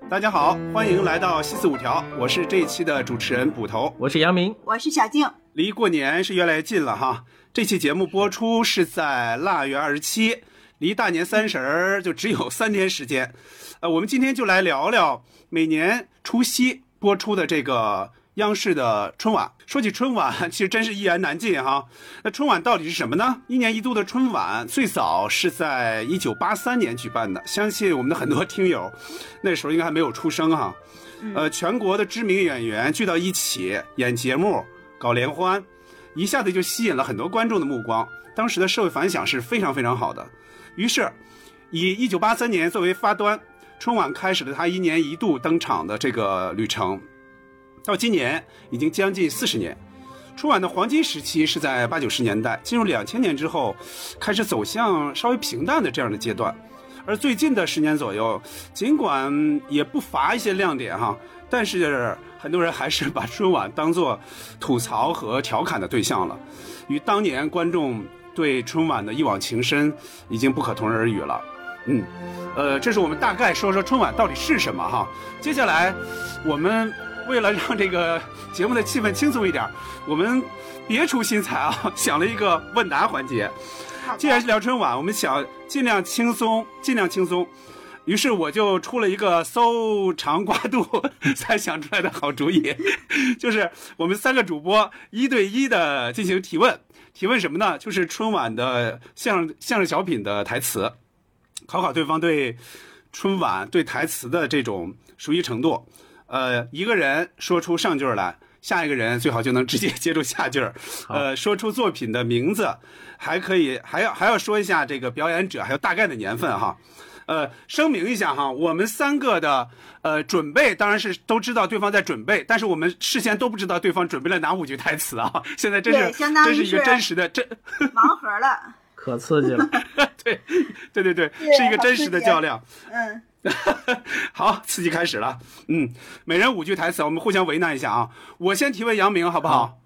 大家好，欢迎来到西四五条，我是这一期的主持人捕头， 我是杨明， 我是小静。 离过年是越来越近了哈，这期节目播出是在腊月27，离大年30就只有3天时间。我们今天就来聊聊每年除夕播出的这个央视的春晚。说起春晚，其实真是一言难尽哈。那春晚到底是什么呢？一年一度的春晚最早是在1983年举办的，相信我们的很多听友那时候应该还没有出生哈。全国的知名演员聚到一起演节目搞联欢，一下子就吸引了很多观众的目光，当时的社会反响是非常非常好的。于是以1983年作为发端，春晚开始了它一年一度登场的这个旅程，到今年已经将近40年。春晚的黄金时期是在80、90年代，进入2000年之后开始走向稍微平淡的这样的阶段。而最近的10年左右，尽管也不乏一些亮点哈，但是很多人还是把春晚当作吐槽和调侃的对象了，与当年观众对春晚的一往情深已经不可同日而语了。这是我们大概说说春晚到底是什么哈。接下来我们为了让这个节目的气氛轻松一点，我们别出心裁啊，想了一个问答环节。既然是聊春晚，我们想尽量轻松，尽量轻松。于是我就出了一个搜肠刮肚才想出来的好主意，就是我们3个主播1对1的进行提问。提问什么呢？就是春晚的相声小品的台词，考考对方对春晚对台词的这种熟悉程度。一个人说出上句来，下一个人最好就能直接接住下句。说出作品的名字，还可以还要说一下这个表演者，还有大概的年份哈。声明一下哈，我们3个的准备当然是都知道对方在准备，但是我们事先都不知道对方准备了哪5句台词啊。现在这是一个真实的盲盒了， 可刺激了。 对，是一个真实的较量。好，刺激开始了。每人5句台词，我们互相为难一下啊。我先提问杨明好不好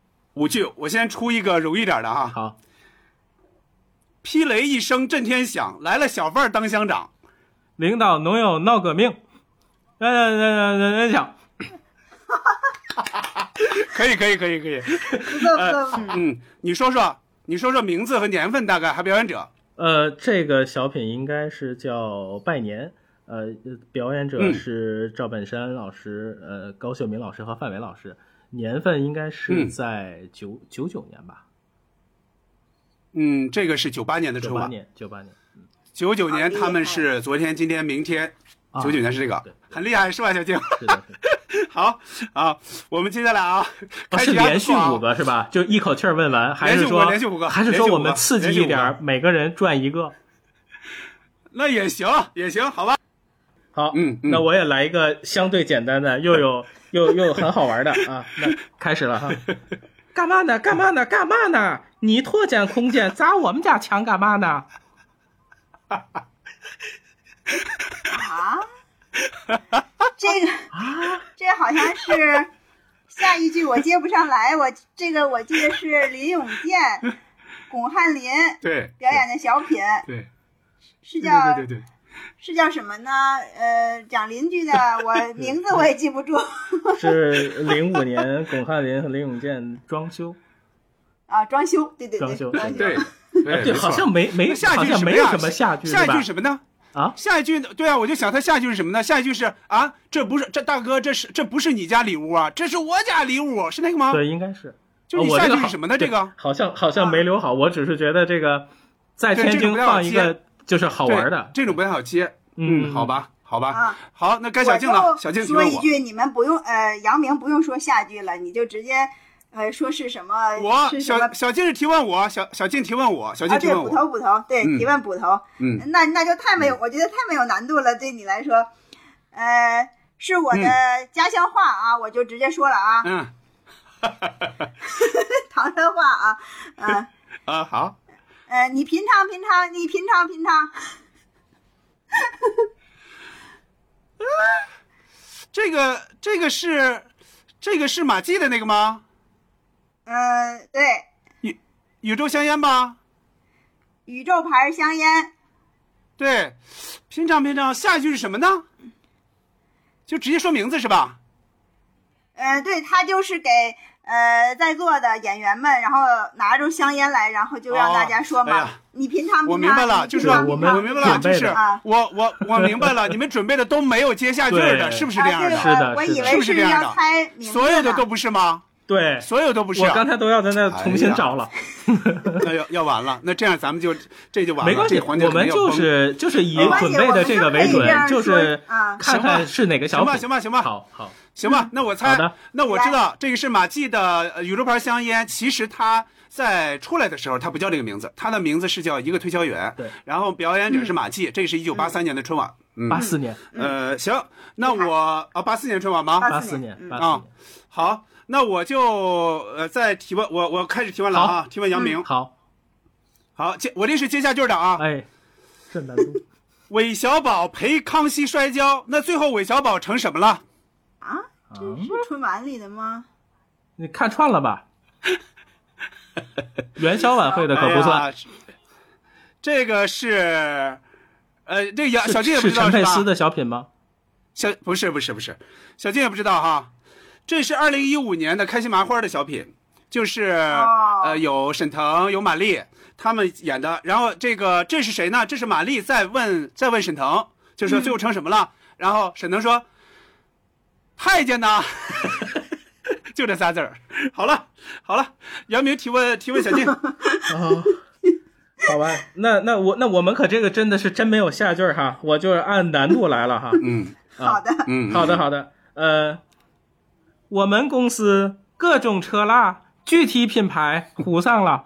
？5句，我先出一个容易点的哈。 好。 霹雷一声震天响，来了小贩当乡长。 领导农友闹革命。想。 可以。你说说名字和年份大概，还表演者。 这个小品应该是叫拜年。表演者是赵本山老师、高秀敏老师和范伟老师。年份应该是在99年吧。 这个是98年的春晚。 98年。 99年他们是昨天、今天、明天。99年是这个，很厉害是吧，小静？ 是的。 好啊，我们接下来啊， 是连续5个是吧？就一口气问完，还是说连续5个？ 还是说我们刺激一点，每个人赚1个？ 那也行，好吧。 好，那我也来一个相对简单的，又很好玩的啊。那开始了哈。干嘛呢？你拓展空间砸我们家墙干嘛呢？ 这好像是下一句我接不上来，我记得是林永健、巩汉林表演的小品， 对， 是叫什么呢？讲邻居的，我名字我也记不住。 是05年巩汉林和林永健装修。 装修，对， 装修， 对， 好像没好像没有什么下句， 下一句什么呢？下一句对啊，我就想他下句是什么呢？下一句是这大哥，这不是你家礼物啊，这是我家礼物，是那个吗？ 对，应该是。 就你下句是什么呢？这个好像没留好，我只是觉得这个在天津放一个就是好玩的， 这种不太好接。好吧。好，那该小静了。小静提问我说一句，你们不用杨明不用说下句了，你就直接说是什么？ 小静是提问我，小静提问我， 对，捕头，对，提问捕头。那就太没有，我觉得太没有难度了，对你来说。是我的家乡话啊，我就直接说了啊。唐山话啊。 好。 你平常，你平常。 这个是马季的那个吗？ 对。 宇宙香烟吧？ 宇宙牌香烟。 对，平常，下一句是什么呢？ 就直接说名字是吧？ 对，他就是给在座的演员们，然后拿着香烟来，然后就让大家说嘛，你品尝品尝。 我明白了，就是我明白了，就是我明白了，你们准备的都没有接下句的，是不是这样的？ 是的， 我以为是要猜名字， 所有的都不是吗？ 对， 所有都不是。 我刚才都要在那重新找了。 那要完了，那这样咱们这就完了。 没关系，我们就是以准备的这个为准，就是看看是哪个小品。 行吧。 好。 行吧，那我猜，那我知道这个是马季的宇宙牌香烟。其实它在出来的时候，它不叫这个名字，它的名字是叫一个推销员。 对， 然后表演者是马季，这是1983年的春晚。 84年。 行，那我84年春晚吗 ？84年。 好，那我就再提问，我开始提问了啊！提问杨明。 好， 我这是接下句的啊。 哎，这难度。 韦小宝陪康熙摔跤，那最后韦小宝成什么了？ 这是春晚里的吗？ 你看串了吧？元宵晚会的可不算。 这个是，这个小静也不知道是陈佩斯的小品吗？ 不是，小静也不知道哈。这是2015年的开心麻花的小品，就是有沈腾有马丽他们演的。然后这是谁呢？这是马丽在问沈腾，就是说最后成什么了？然后沈腾说。太监呢？就这仨字儿。好了，杨明提问小静。 好吧，那我们可这个真的是真没有下句哈，我就是按难度来了哈。 好的。 好的。我们公司各种车蜡，具体品牌糊上了。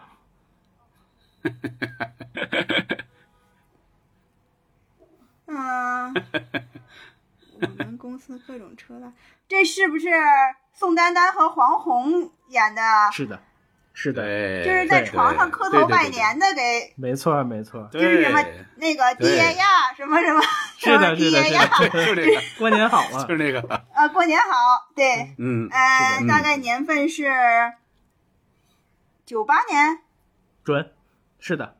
我们公司各种车了，这是不是宋丹丹和黄宏演的？ 是的， 就是在床上磕头拜年的，给没错， 就是什么那个爹呀，什么是的， 就这个过年好啊， 就是那个过年好，对，大概年份是98年， 准，是的，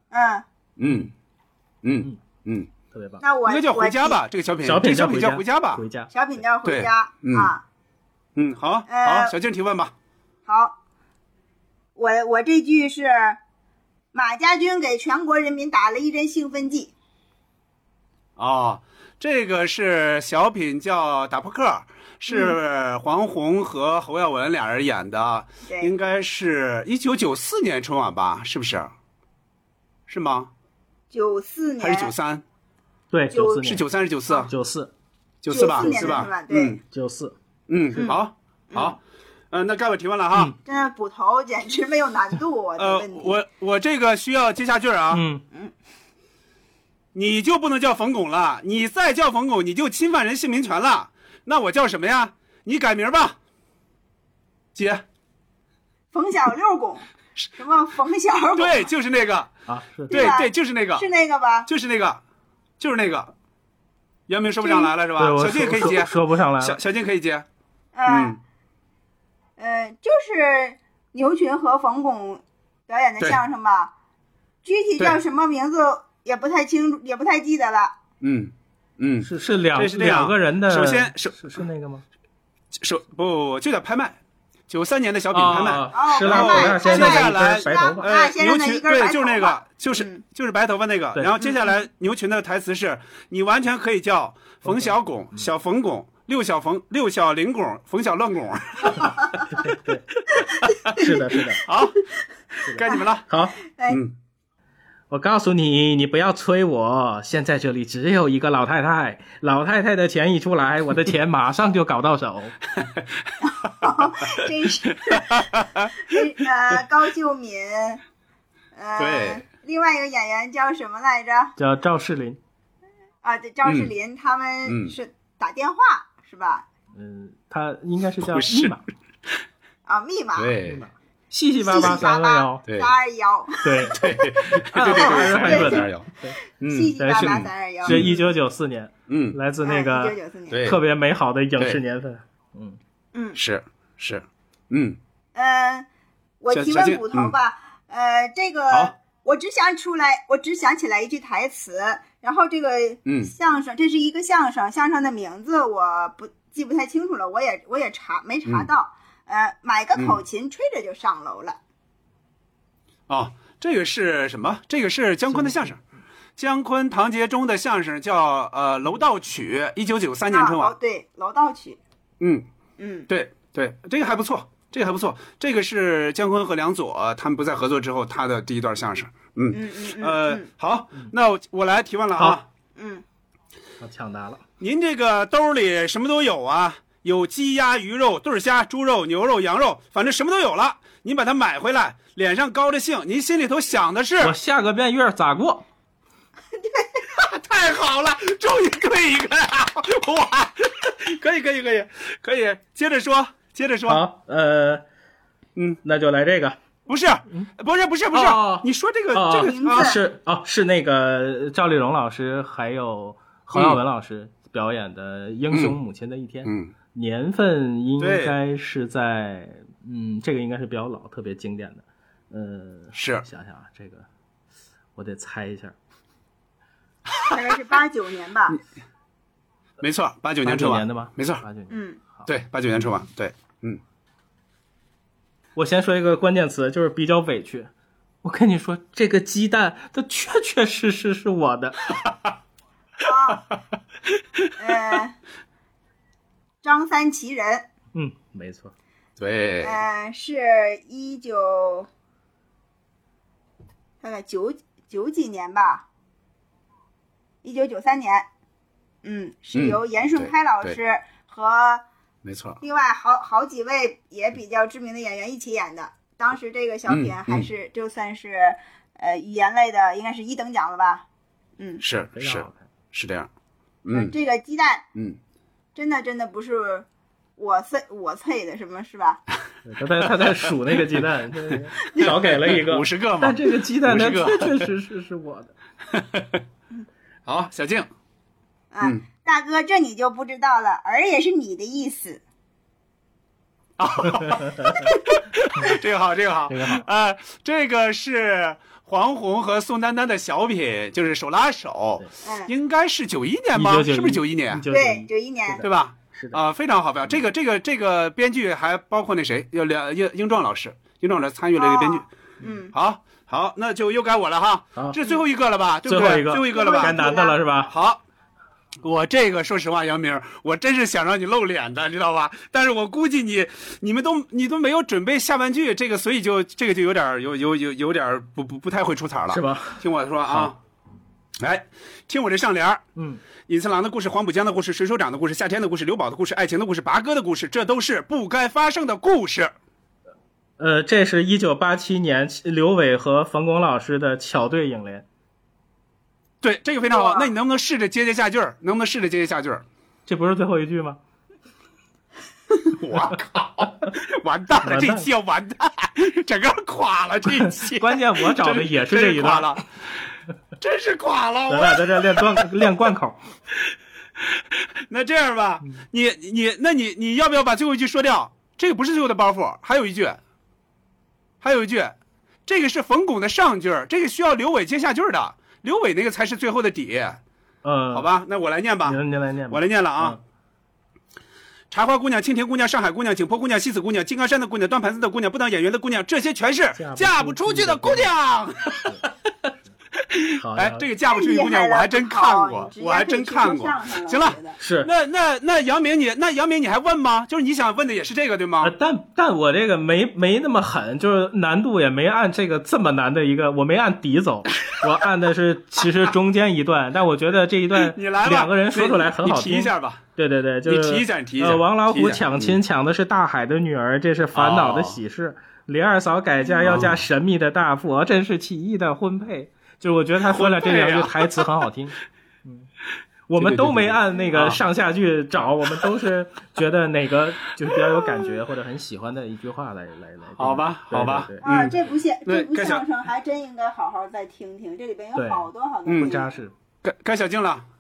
特别棒。 那我应该叫回家吧，这个小品叫回家吧， 小品叫回家啊。 好，小静提问吧。 好，我这句是马家军给全国人民打了一针兴奋剂。 这个是小品叫打扑克，是黄宏和侯耀文俩人演的，应该是1994年春晚吧？是不是？是吗 ？94年还是93？ 对，94年是93还是 94？94 吧？是吧？ 对 ，94。 好，那该我提问了哈。 真的捕头简直没有难度，我的问题。 我这个需要接下句啊。你就不能叫冯巩了，你再叫冯巩，你就侵犯人姓名权了。那我叫什么呀？你改名吧，姐。 冯小六巩，什么冯小巩？ 对，就是那个对，就是那个， 是那个吧？ 就是那个。杨明说不上来了是吧？小静可以接， 说不上来。 小静可以接。 就是牛群和冯巩表演的相声吧，具体叫什么名字也不太清楚，也不太记得了。 是两个人的。 首先是那个吗？ 不就叫拍卖，93年的小品拍卖。 然后接下来白头发， 牛群对，就是那个，就是白头发那个。然后接下来牛群的台词是：你完全可以叫冯小巩、小冯巩、六小龄巩、冯小乱巩。 对，是的。 好，该你们了。 好，我告诉你，你不要催我，现在这里只有一个老太太，老太太的钱一出来，我的钱马上就搞到手。 真是，高秀敏， 对， 另外一个演员叫什么来着？ 叫赵世林。 对，赵世林，他们是打电话是吧？ 他应该是叫密码。 密码。 对。 细细巴巴321， 对，321， 对， 细细巴巴321， 是1994年，来自那个特别美好的影视年份， 是， 我提问捕头吧，这个我只想起来一句台词， 然后这个相声，这是一个相声，相声的名字我记不太清楚了，我也没查到。买个口琴吹着就上楼了。 哦，这个是什么？这个是姜昆的相声，姜昆、唐杰忠的相声叫楼道曲，1993年春晚。 对，楼道曲。 对，这个还不错，这个是姜昆和梁左他们不再合作之后他的第一段相声。好，那我来提问了啊。 我抢答了。 您这个兜里什么都有啊？有鸡鸭鱼肉、对虾、猪肉、牛肉、羊肉，反正什么都有了。您把它买回来，脸上高着兴，您心里头想的是我下个便月咋过？ 对，太好了，终于对一个呀！哇，可以，接着说。 好，那就来这个。 不是，你说这个名字是那个赵丽蓉老师还有侯耀文老师表演的《英雄母亲的一天》。年份应该是在这个应该是比较老，特别经典的。 是想想啊，这个我得猜一下， 大概是89年吧。 没错，89年春晚的吧？ 没错 ，89年。 对，89年春晚，对， 我先说一个关键词，就是比较委屈。我跟你说，这个鸡蛋它确实是我的。 张三奇人。 没错。 对。 是大概九几年吧，1993年。是由严顺开老师和没错， 另外好几位也比较知名的演员一起演的。当时这个小品还是就算是语言类的，应该是1等奖了吧？ 是这样。 这个鸡蛋，真的不是我脆的，什么是吧？ 他在数那个鸡蛋，少给了一个 50个嘛。 但这个鸡蛋它确实是我的。 好，小静。 大哥，这你就不知道了，儿也是你的意思。 这个好。这个是黄宏和宋丹丹的小品，就是手拉手，应该是91年吧？是不是91年？ 对，91年， 对吧？ 是的。 非常好，这个编剧还包括那谁，有英壮老师参与了这个编剧。好，那就又该我了哈。这最后一个了吧？对不对？最后一个了吧？ 该男的了是吧？ 好。我这个说实话，杨明，我真是想让你露脸的，知道吧？但是我估计你都没有准备下半句，这个所以这个就有点不太会出彩了， 是吧？ 听我说啊，来听我这上联。尹次郎的故事，黄浦江的故事，水手长的故事，夏天的故事，刘宝的故事，爱情的故事，拔哥的故事，这都是不该发生的故事。 这是1987年刘伟和冯巩老师的巧对影联。 对，这个非常好。那你能不能试着接下句儿？ 这不是最后一句吗？ 我靠，完蛋了，这期要完蛋，整个垮了这一期。 关键我找的也是这一段了，真是垮了。 咱俩在这练贯口。 那这样吧，你要不要把最后一句说掉？这个不是最后的包袱，还有一句，这个是冯巩的上句，这个需要刘伟接下句的。刘伟那个才是最后的底。好吧，那我来念吧。 您来念吧。 我来念了啊。茶花姑娘、蜻蜓姑娘、上海姑娘、景颇姑娘、西子姑娘、金刚山的姑娘、端盘子的姑娘、不当演员的姑娘，这些全是嫁不出去的姑娘。这个嫁不出去姑娘我还真看过，行了， 是那杨明你还问吗？就是你想问的也是这个对吗？ 但我这个没那么狠，就是难度也没按这个这么难的一个，我没按底走，我按的是其实中间一段，但我觉得这一段两个人说出来很好听。 你提一下吧。 对，就是你提一下。 王老虎抢亲抢的是大海的女儿，这是烦恼的喜事。李二嫂改嫁要嫁神秘的大富，真是奇异的婚配。就是我觉得他说了这两句台词很好听。我们都没按那个上下句找，我们都是觉得哪个就是比较有感觉或者很喜欢的一句话来。 好吧。 这部相声还真应该好好再听听，这里边有好多不扎实。 该小静了。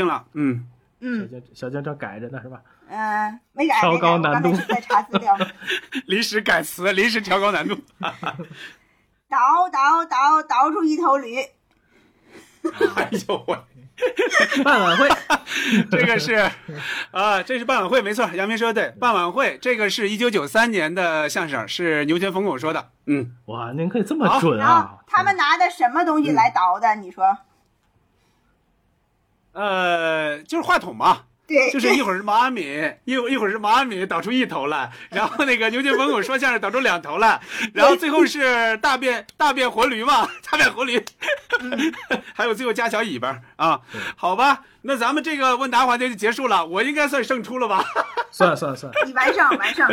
小静这改着呢是吧？ 没改， 调高难度， 我刚才在查资料。 临时改词，临时调高难度。 倒出一头驴。 哎呦喂！ 办晚会， 这个是这是办晚会，没错，杨明说对，办晚会，这个是1993年的相声，是牛群冯巩说的。 哇，您可以这么准啊！ 他们拿的什么东西来倒的？你说？ 就是话筒嘛。 对， 就是一会儿是马米，一会儿是马米导出一头来，然后那个牛群冯巩说相声导出2头来，然后最后是大便活驴嘛，大便活驴，还有最后加小尾巴啊，好吧，那咱们这个问答环节就结束了，我应该算胜出了吧？ 算， 你完胜，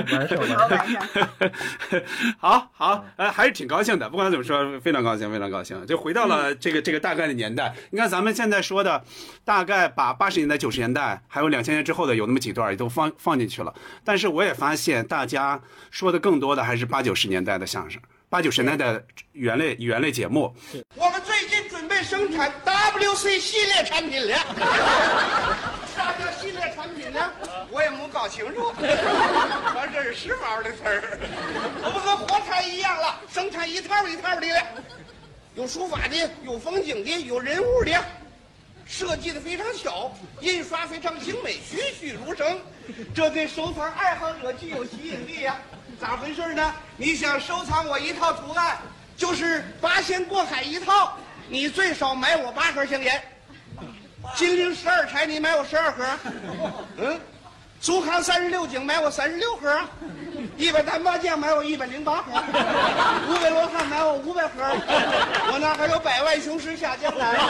好，还是挺高兴的，不管怎么说，非常高兴，就回到了这个大概的年代。你看咱们现在说的，大概把80年代、90年代，还有2000年之后的有那么几段也都放进去了。但是我也发现，大家说的更多的还是80、90年代的相声，80、90年代的原类节目。 我们最近准备生产 WC 系列产品了。啥叫系列产品呢？我也没搞清楚，反正这是时髦的词儿。我们和火柴一样了，生产一套一套的了，有书法的，有风景的，有人物的，设计的非常巧，印刷非常精美，栩栩如生，这对收藏爱好者具有吸引力呀。咋回事呢？你想收藏我一套图案，就是8仙过海一套，你最少买我8盒香烟。金陵12钗你买我12盒，足康36景买我36盒，100单八将买我108盒，500罗汉买我500盒，我那还有百万雄师下江南。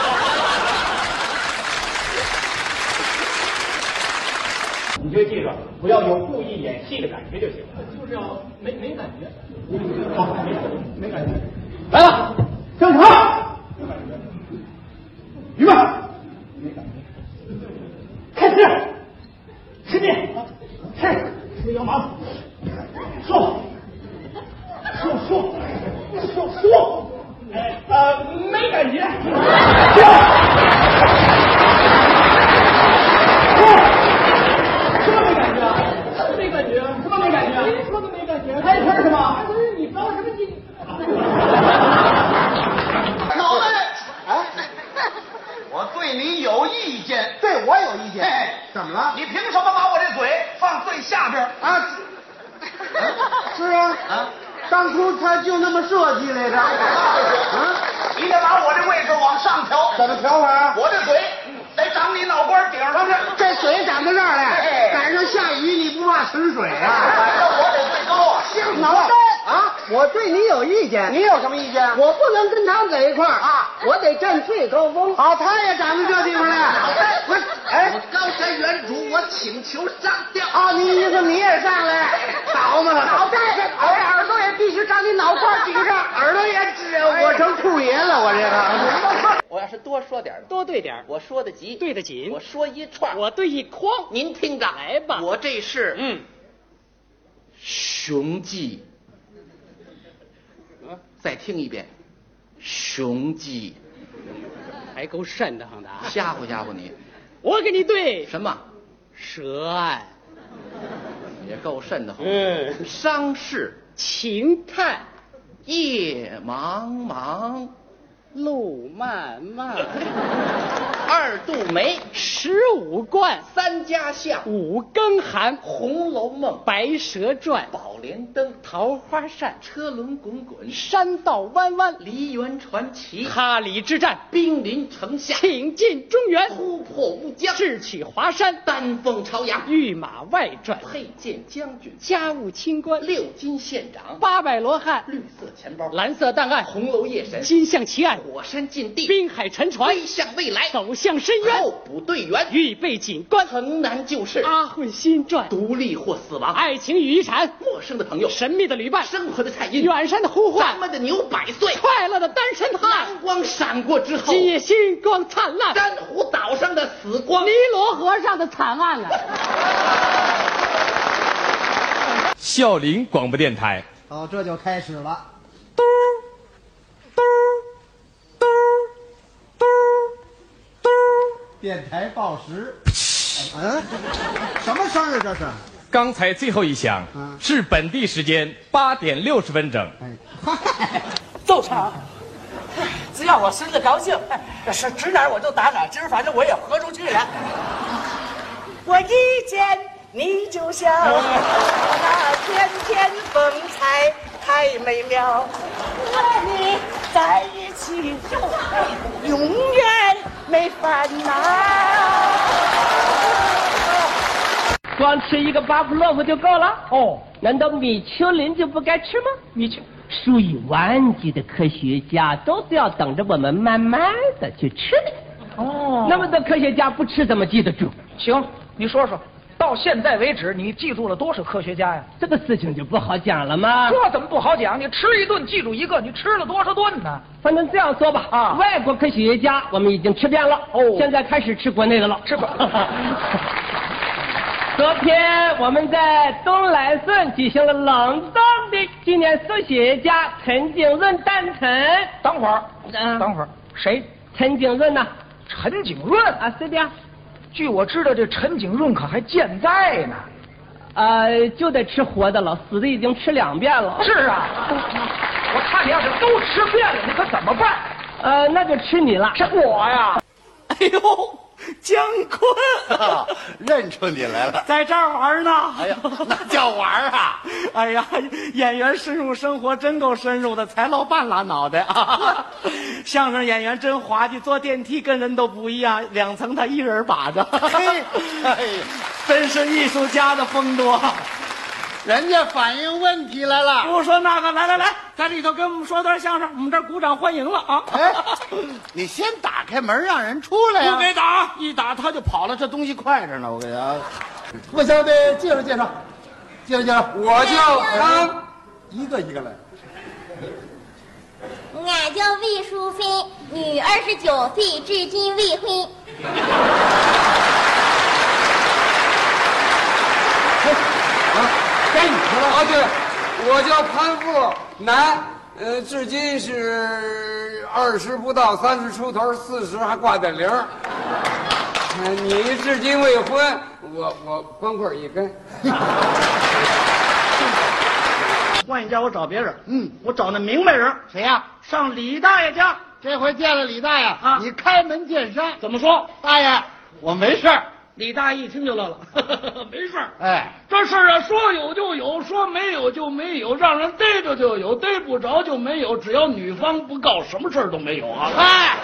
你就记着，不要有故意演戏的感觉就行了，就是要没感觉。好，没感觉。来了，上场，预备，开始，吃面，吃羊毛，说，没感觉。开始是吗？你着什么急？ 老妹，我对你有意见。对我有意见。怎么了？你凭什么把我这嘴放最下边啊？是啊，当初他就那么设计来着。你得把我这位置往上调。怎么调法？我这嘴得长你脑瓜顶上去。这嘴长到这儿来，赶上下雨你不怕沉水啊？那我得最高啊！姓脑袋啊！我对你有意见。你有什么意见？我不能跟他们在一块儿啊！我得占最高峰。好，他也长到这地方来。我高山原主，我请求上吊。啊，你意思你也上来？倒嘛！脑袋，耳朵也必须长你脑瓜顶上，耳朵也直，我成兔爷了，我这个。 我要是多说点，多对点，我说得急，对得紧，我说一串，我对一筐。您听着，来吧，我这是雄鸡。再听一遍，雄鸡，还够瘆得慌的啊！吓唬吓唬你，我给你对什么？蛇案，也够瘆得慌。伤势，情叹，夜茫茫，路漫漫。2度梅，15贯，3家巷，5更寒，《红楼梦》，白蛇传，宝莲灯，桃花扇，车轮滚滚，山道弯弯，梨园传奇，哈里之战，兵临城下，挺进中原，突破乌江，智取华山，丹凤朝阳，御马外传，佩剑将军，家务清官，6金县长，800罗汉，绿色钱包，蓝色档案，红楼夜神，金象奇案，火山禁地，滨海沉船，飞向未来，走向深渊，候补队员，预备警官，城南旧事，阿混新传，独立或死亡，爱情与遗产，陌生的朋友，神秘的旅伴，生活的菜音，远山的呼唤，咱们的牛100岁，快乐的单身汉，阳光闪过之后，今夜星光灿烂，珊瑚岛上的死光，尼罗河上的惨案啊！ 孝陵广播电台。 好，这就开始了。电台报时。什么声儿这是？ 刚才最后一响，是本地时间8点60分整。 奏场。 只要我孙子高兴，是指哪儿我就打哪儿，今儿反正我也豁出去了。我一见你就笑，那天天风采太美妙，和你在一起永远没烦恼。 光吃一个巴甫洛夫就够了？哦，难道米丘林就不该吃吗？ 米丘， 数以万计的科学家都是要等着我们慢慢的去吃的。 哦， 那么多科学家不吃怎么记得住？ 行，你说说，到现在为止你记住了多少科学家呀？ 这个事情就不好讲了吗？ 这怎么不好讲？你吃一顿记住一个，你吃了多少顿呢？ 反正这样说吧，啊，外国科学家我们已经吃遍了，哦，现在开始吃国内的了。 吃吧。 昨天我们在东来顺举行了隆重的纪念数学家陈景润诞辰。 等会儿，谁？ 陈景润呐？ 陈景润啊，是的呀。 据我知道，这陈景润可还健在呢。 就得吃活的了，死的已经吃2遍了。 是啊，我看你要是都吃遍了，你可怎么办？ 那就吃你了。 是我呀。哎呦，姜昆啊，认出你来了， 在这儿玩呢。 哎呀，那叫玩啊！ 哎呀，演员深入生活真够深入的，才露半拉脑袋啊！相声演员真滑稽，坐电梯跟人都不一样，2层他一人把着。 嘿，哎呀， 真是艺术家的风度。 人家反映问题来了。 不说那个，来，在里头跟我们说段相声，我们这儿鼓掌欢迎了啊！ 哎，你先打开门让人出来呀！ 不给打，一打他就跑了。这东西快着呢，我给他。 互相的介绍， 我叫潘， 一个来。 俺叫魏淑芬，女，29岁，至今未婚。 该你了啊，对，我叫潘富，男，至今是20不到，30出头，40还挂点零。你至今未婚，我光棍一根。 换一家我找别人，我找那明白人。 谁呀？ 上李大爷家。 这回见了李大爷啊， 你开门见山。 怎么说？ 大爷，我没事儿。 李大爷一听就乐了，没事儿。 哎， 这事儿啊，说有就有，说没有就没有，让人逮着就有，逮不着就没有，只要女方不告，什么事儿都没有啊。 哎，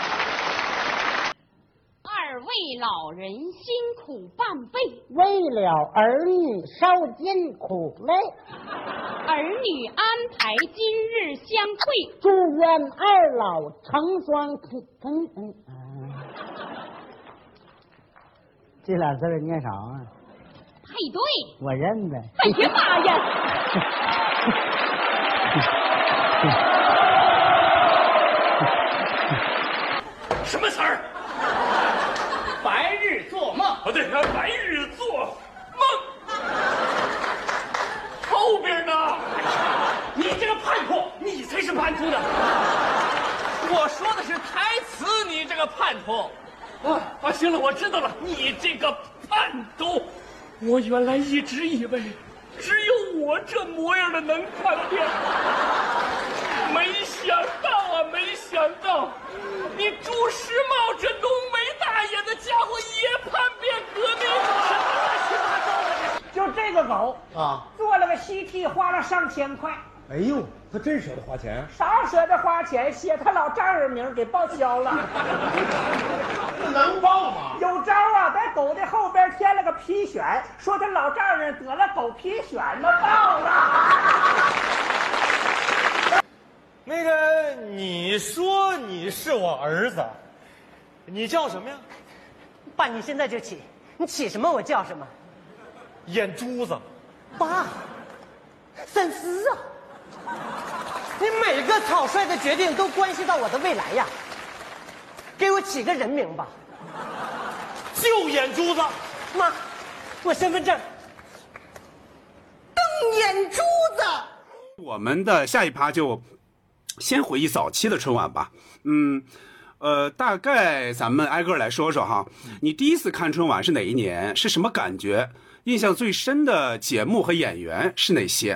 二位老人辛苦半辈， 为了儿女受尽苦累， 儿女安排今日相会， 祝愿二老成双这俩字念啥啊？ 配对， 我认得。 哎呀妈呀！ 什么词儿？白日做梦。哦，对，白日做梦。后边呢？你这个叛徒，你才是叛徒呢！我说的是台词，你这个叛徒。行了，我知道了，你这个叛徒，我原来一直以为只有我这模样的能叛变，没想到你朱时茂这浓眉大眼的家伙也叛变革命，什么乱七八糟的！ 就这个狗啊， 做了个CT，花了上千块。 哎呦，他真舍得花钱？ 啥舍得花钱？写他老丈人名给报销了。 能报吗？ 有招啊，在狗的后边添了个皮癣，说他老丈人得了狗皮癣嘛，报了。 那个，你说你是我儿子，你叫什么呀？ 爸，你现在就起，你起什么我叫什么。 眼珠子。 爸，三思啊！你每个草率的决定都关系到我的未来呀。给我起个人名吧。 就眼珠子。 妈，我身份证。瞪眼珠子。 我们的下一趴就先回忆早期的春晚吧。大概咱们挨个来说说哈。你第一次看春晚是哪一年？是什么感觉？印象最深的节目和演员是哪些？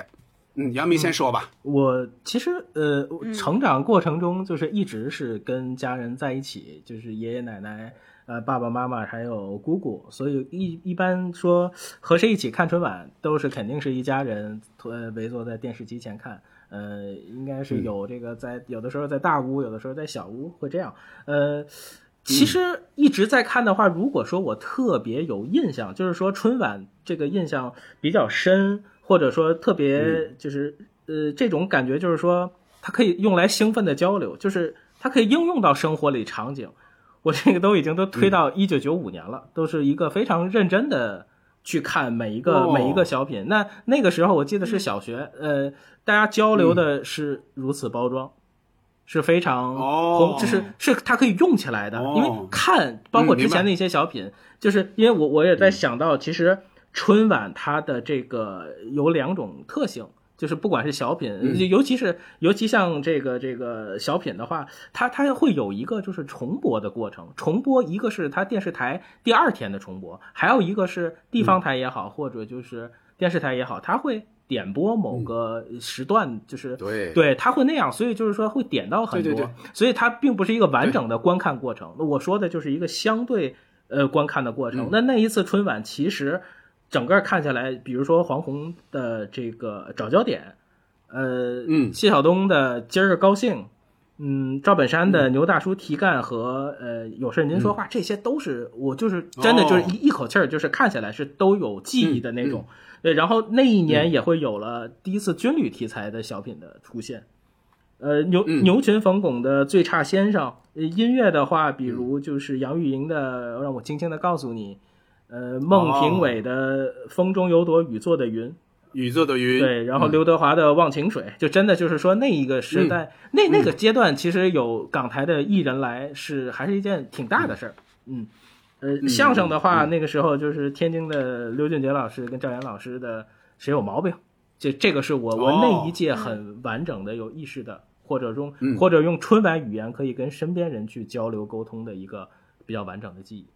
杨明先说吧。 我其实成长过程中就是一直是跟家人在一起，就是爷爷奶奶、爸爸妈妈还有姑姑，所以一般说和谁一起看春晚，都是肯定是一家人围坐在电视机前看。应该是有这个有的时候在大屋，有的时候在小屋，会这样。其实一直在看的话，如果说我特别有印象，就是说春晚这个印象比较深，或者说特别就是这种感觉，就是说它可以用来兴奋的交流，就是它可以应用到生活里场景。我这个都已经推到1995年了，都是一个非常认真的去看每一个小品。那个时候我记得是小学，大家交流的是如此包装。是非常是它可以用起来的，因为看包括之前的一些小品，就是因为我也在想到，其实春晚它的这个有2种特性，就是不管是小品，尤其像这个小品的话，它会有一个就是重播的过程，重播一个是它电视台第2天的重播，还有一个是地方台也好，或者就是电视台也好，它会点播某个时段，就是对他会那样，所以就是说会点到很多，对，所以它并不是一个完整的观看过程。我说的就是一个相对观看的过程。那一次春晚其实整个看下来，比如说黄宏的这个找焦点，谢晓东的今儿个高兴，赵本山的牛大叔提干和有事您说话，这些都是我就是真的就是一口气儿，就是看起来是都有记忆的那种。对，然后那一年也会有了第一次军旅题材的小品的出现，牛群冯巩的最差先生，音乐的话，比如就是杨钰莹的让我轻轻的告诉你，孟庭苇的风中有朵雨做的云，对，然后刘德华的忘情水，就真的就是说那一个时代，那个阶段其实有港台的艺人来还是一件挺大的事儿，相声的话，那个时候就是天津的刘俊杰老师跟赵岩老师的谁有毛病，这个是我那一届很完整的有意识的，或者用春晚语言可以跟身边人去交流沟通的一个比较完整的记忆。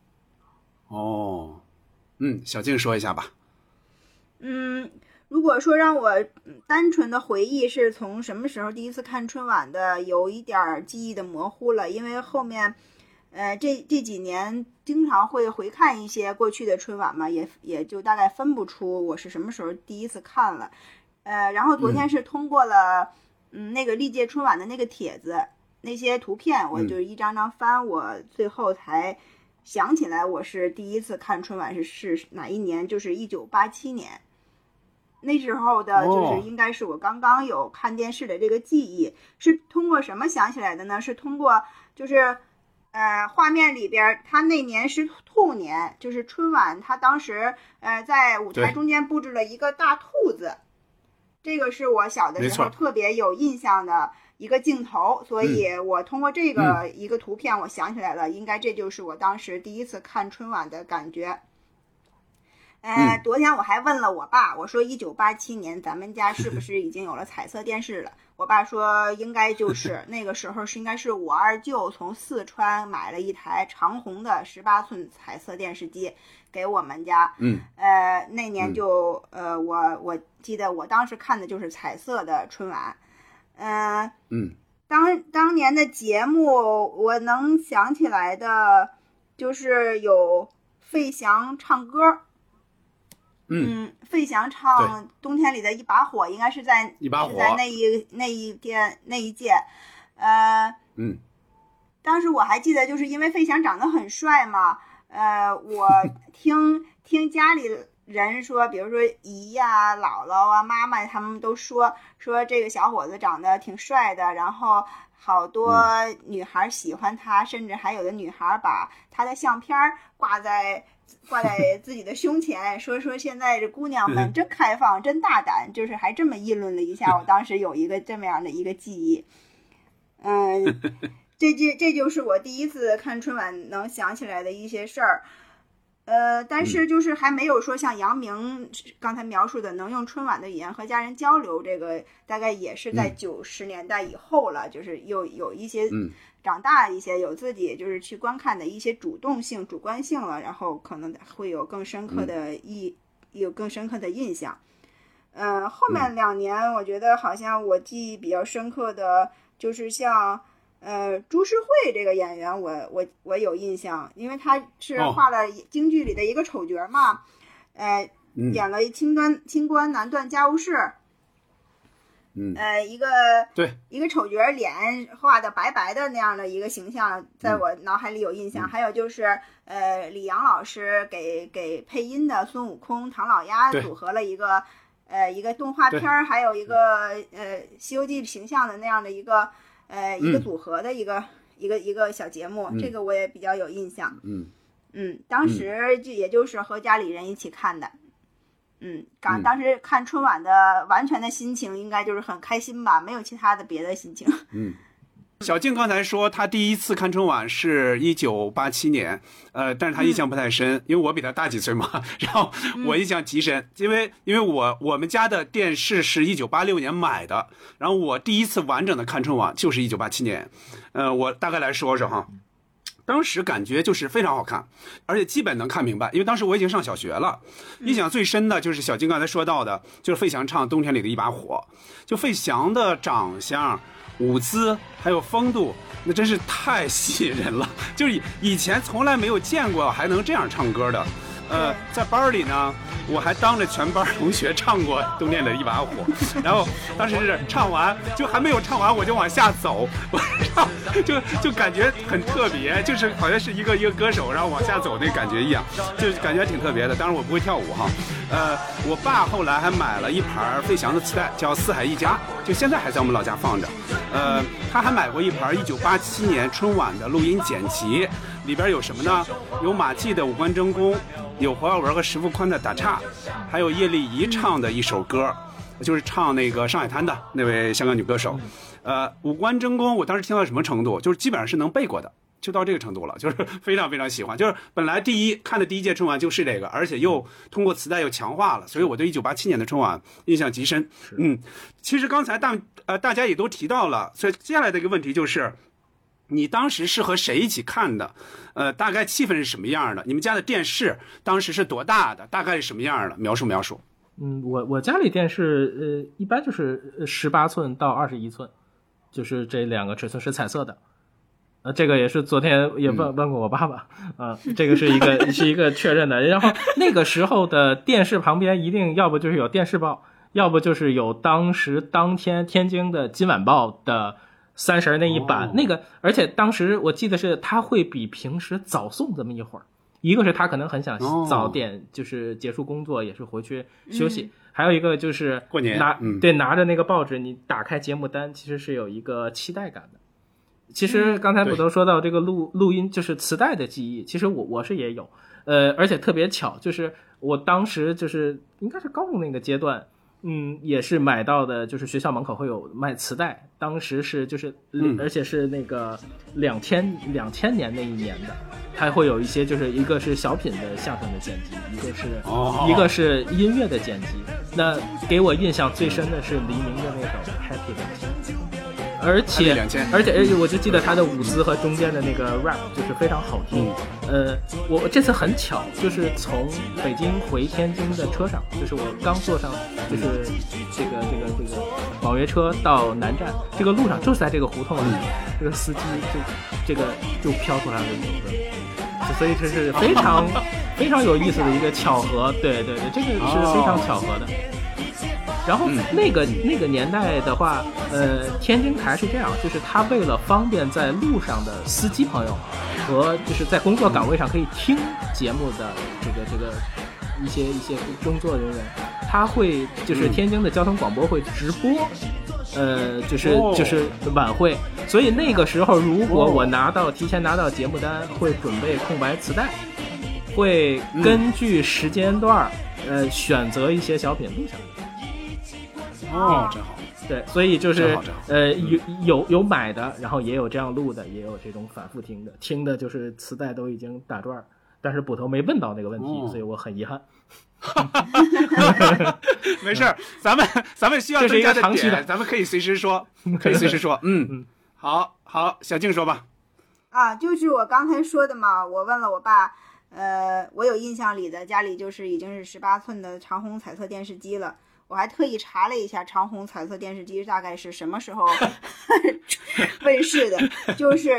小静说一下吧。 如果说让我单纯的回忆是从什么时候第一次看春晚的，有一点记忆的模糊了，因为后面这几年经常会回看一些过去的春晚嘛，也就大概分不出我是什么时候第一次看了。然后昨天是通过了那个历届春晚的那个帖子，那些图片我就一张张翻，我最后才想起来我是第一次看春晚是哪一年，就是1987年。那时候的就是应该是我刚刚有看电视的这个记忆，是通过什么想起来的呢？是通过就是画面里边，他那年是兔年，就是春晚，他当时在舞台中间布置了一个大兔子，这个是我小的时候特别有印象的一个镜头，所以我通过这个一个图片，我想起来了，应该这就是我当时第一次看春晚的感觉。昨天我还问了我爸，我说1987年咱们家是不是已经有了彩色电视了？我爸说应该就是那个时候应该是我二舅从四川买了一台长虹的18寸彩色电视机给我们家。那年就我记得我当时看的就是彩色的春晚。当年的节目我能想起来的就是有费翔唱歌。费翔唱《冬天里的一把火》，应该是在那一届，当时我还记得，就是因为费翔长得很帅嘛，我听家里人说，比如说姨呀、姥姥啊、妈妈，他们都说这个小伙子长得挺帅的，然后好多女孩喜欢他，甚至还有的女孩把他的相片挂在自己的胸前，说现在这姑娘们真开放，真大胆，就是还这么议论了一下。我当时有一个这么样的一个记忆，这就是我第一次看春晚能想起来的一些事儿。但是就是还没有说像杨明刚才描述的能用春晚的语言和家人交流，这个大概也是在90年代以后了，就是又有一些长大一些，有自己就是去观看的一些主动性、主观性了，然后可能会有更深刻的印象。 后面2年我觉得好像我记忆比较深刻的就是像朱世慧这个演员，我有印象，因为他是画了京剧里的一个丑角嘛，演了清官难断家务事。一个丑角脸画的白白的那样的一个形象，在我脑海里有印象。还有就是李阳老师给配音的孙悟空、唐老鸭组合了一个动画片，还有一个西游记形象的那样的一个组合的一个小节目，这个我也比较有印象。当时也就是和家里人一起看的。当时看春晚的完全的心情应该就是很开心吧，没有其他的别的心情。 小静刚才说她第一次看春晚是1987年，但是她印象不太深，因为我比她大几岁嘛，然后我印象极深，因为我们家的电视是1986年买的，然后我第一次完整的看春晚就是1987年，我大概来说说哈。当时感觉就是非常好看，而且基本能看明白，因为当时我已经上小学了。印象最深的就是小金刚才说到的，就是费翔唱《冬天里的一把火》，就费翔的长相、舞姿还有风度，那真是太吸引人了。就是以前从来没有见过还能这样唱歌的。在班里呢，我还当着全班同学唱过《冬天里的一把火》，然后当时是唱完，就还没有唱完我就往下走，就感觉很特别，就是好像是一个歌手然后往下走那感觉一样，就感觉挺特别的。当然我不会跳舞哈。我爸后来还买了一盘费翔的磁带，叫《四海一家》，就现在还在我们老家放着。他还买过一盘1987年春晚的录音剪辑，里边有什么呢？有马季的《五官争功》，有侯耀文和石富宽的《打岔》，还有叶丽仪唱的一首歌，就是唱那个上海滩的那位香港女歌手。五官争功我当时听到什么程度，就是基本上是能背过的，就到这个程度了，就是非常非常喜欢。就是本来看的第一届春晚就是这个，而且又通过磁带又强化了，所以我对1987年的春晚印象极深。其实刚才大家也都提到了，所以接下来的一个问题就是，你当时是和谁一起看的？大概气氛是什么样的？你们家的电视当时是多大的？大概是什么样的？描述。 我家里电视一般就是18寸到21寸，就是这2个尺寸是彩色的。这个也是昨天也问过我爸爸，这个是一个确认的。然后那个时候的电视旁边一定要不就是有电视报，要不就是有当天天津的今晚报的30那一版，那个而且当时我记得是他会比平时早送这么一会儿，一个是他可能很想早点就是结束工作也是回去休息，还有一个就是过年拿着那个报纸你打开节目单其实是有一个期待感的。其实刚才捕头说到这个录音就是磁带的记忆，其实我是也有，而且特别巧，就是我当时就是应该是高中那个阶段，也是买到的，就是学校门口会有卖磁带，当时是就是而且是那个2000年那一年的，它会有一些就是一个是小品的相声的剪辑，一个是音乐的剪辑。那给我印象最深的是黎明的那首 Happy 2000。而且我就记得他的舞姿和中间的那个 rap 就是非常好听。我这次很巧，就是从北京回天津的车上，就是我刚坐上就是这个网约车到南站，这个路上就是在这个胡同里，这个司机就飘出来了一首歌，所以这是非常非常有意思的一个巧合。对，这个是非常巧合的。然后那个年代的话，天津台是这样，就是他为了方便在路上的司机朋友和就是在工作岗位上可以听节目的这个一些工作人员，他会就是天津的交通广播会直播，就是晚会，所以那个时候如果我提前拿到节目单，会准备空白磁带，会根据时间段选择一些小品录下来。 真好。 对，所以就是有买的，然后也有这样录的，也有这种反复听的就是磁带都已经打转，但是捕头没问到那个问题，所以我很遗憾。 没事，咱们需要增加的点，咱们可以随时说，好，小静说吧。 就是我刚才说的嘛，我问了我爸， 我有印象里的家里就是已经是18寸的长虹彩色电视机了。我还特意查了一下长虹彩色电视机大概是什么时候问世的，就是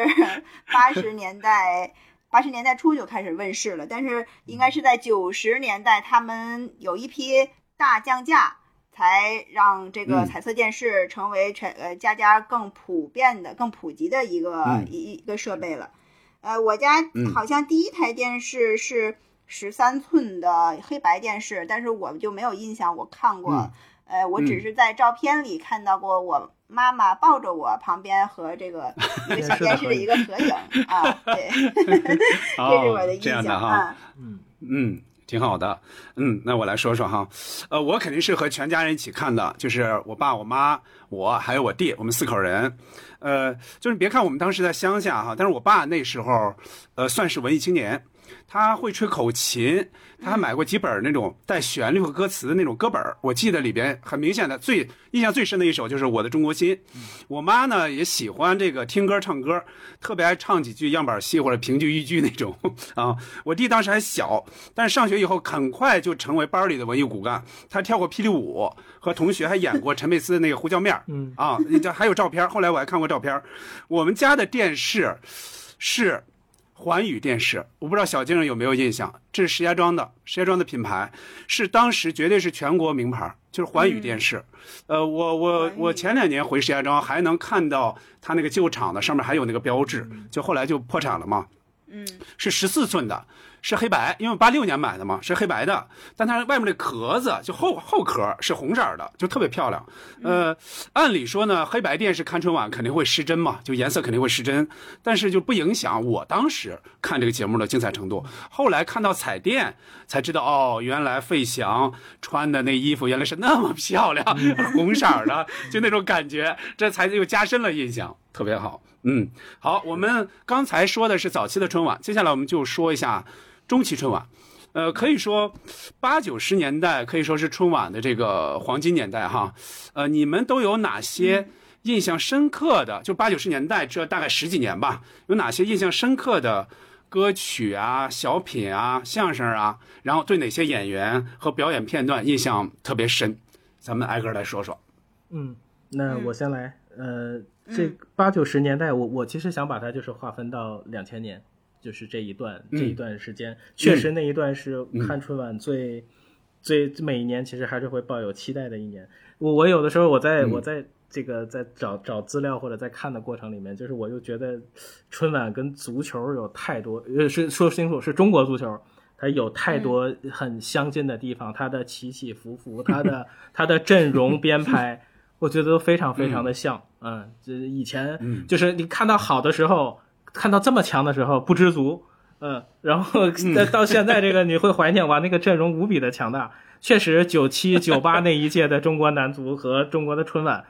80年代初就开始问世了，但是应该是在90年代他们有一批大降价，才让这个彩色电视成为家家更普遍的、更普及的一个设备了。我家好像第一台电视是13寸的黑白电视，但是我就没有印象我看过。我只是在照片里看到过我妈妈抱着我旁边和这个一个小电视的一个合影啊，对，这是我的印象啊。 挺好的。那我来说说哈，我肯定是和全家人一起看的，就是我爸、我妈、我还有我弟，我们4口人。就是别看我们当时在乡下哈，但是我爸那时候算是文艺青年。他会吹口琴，他还买过几本那种带旋律和歌词的那种歌本，我记得里边很明显的印象最深的一首就是《我的中国心》。我妈呢也喜欢这个听歌唱歌，特别爱唱几句样板戏或者评剧豫剧那种啊。我弟当时还小，但是上学以后很快就成为班里的文艺骨干，他跳过霹雳舞，和同学还演过陈佩斯的那个胡椒面还有照片，后来我还看过照片。我们家的电视是环宇电视，我不知道小金人有没有印象，这是石家庄的品牌，是当时绝对是全国名牌，就是环宇电视。我前2年回石家庄还能看到它那个旧厂的上面还有那个标志，就后来就破产了嘛。是14寸的，是黑白，因为86年买的嘛，是黑白的，但它外面的壳子就后壳是红色的，就特别漂亮。按理说呢，黑白电视看春晚肯定会失真嘛，就颜色肯定会失真，但是就不影响我当时看这个节目的精彩程度。后来看到彩电才知道，原来费翔穿的那衣服原来是那么漂亮，红色的，就那种感觉，这才又加深了印象，特别好。好，我们刚才说的是早期的春晚，接下来我们就说一下中期春晚。可以说80、90年代可以说是春晚的这个黄金年代哈。你们都有哪些印象深刻的？就80、90年代这大概10几年吧，有哪些印象深刻的歌曲啊、小品啊、相声啊？然后对哪些演员和表演片段印象特别深？咱们挨个来说说。 那我先来。这80、90年代，我其实想把它就是划分到2000年，就是这一段时间，确实那一段是看春晚最每一年其实还是会抱有期待的一年。我有的时候我在这个在找资料或者在看的过程里面，就是我又觉得春晚跟足球有太多，是说清楚是中国足球。它有太多很相近的地方，它的起起伏伏，它的阵容编排，我觉得都非常非常的像。这以前就是你看到好的时候，看到这么强的时候不知足，然后到现在这个你会怀念哇，那个阵容无比的强大。确实97、98那一届的中国男足和中国的春晚，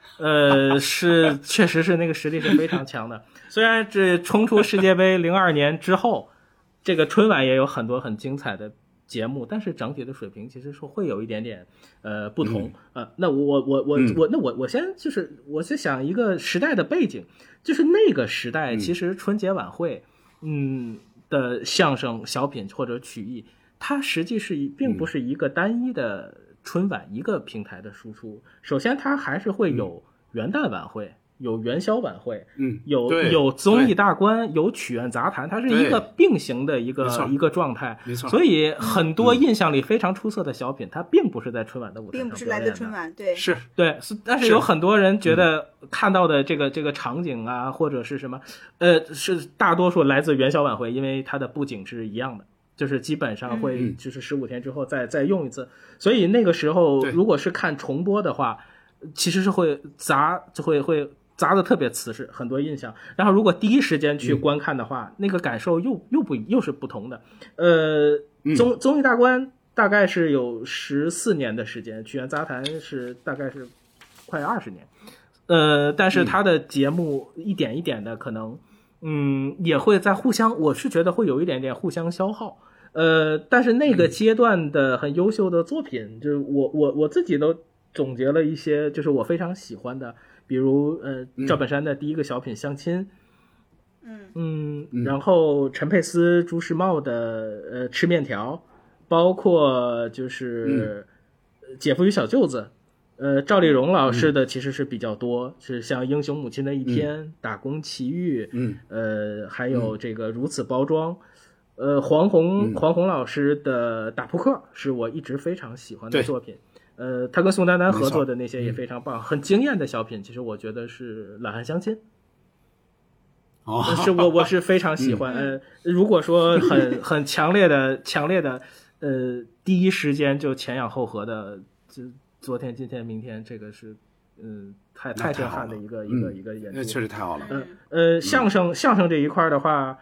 确实是那个实力是非常强的。虽然这冲出世界杯02年之后，这个春晚也有很多很精彩的节目，但是整体的水平其实说会有一点点不同。那我先想一个时代的背景，就是那个时代其实春节晚会的相声小品或者曲艺，它实际并不是一个单一的春晚一个平台的输出。首先它还是会有元旦晚会，有元宵晚会，有综艺大观，有曲苑杂谈，它是一个并行的一个状态。没错，所以很多印象里非常出色的小品，它并不是在春晚的舞台上表演的，并不是来自春晚，对，是对。但是有很多人觉得看到的这个场景啊，或者是什么，是大多数来自元宵晚会，因为它的布景是一样的。就是基本上会就是15天之后再用一次，所以那个时候如果是看重播的话，其实是会砸的特别瓷实，很多印象。然后如果第一时间去观看的话，那个感受又是不同的。综艺大观大概是有14年的时间，曲苑杂谈是大概是快20年。但是它的节目一点一点的可能也会在我是觉得会有一点点互相消耗。但是那个阶段的很优秀的作品，就是我自己都总结了一些，就是我非常喜欢的，比如赵本山的第一个小品相亲， 然后陈佩斯、朱时茂的吃面条，包括就是姐夫与小舅子，赵丽蓉老师的其实是比较多，是像英雄母亲的一天、打工奇遇，还有这个如此包装。黄宏老师的打扑克是我一直非常喜欢的作品。他跟宋丹丹合作的那些也非常棒，很惊艳的小品。其实我觉得是《懒汉相亲》。是我是非常喜欢。如果说很强烈的第一时间就前仰后合的，就昨天、今天、明天，这个是太震撼的一个演出， 确实太好了。 相声这一块的话，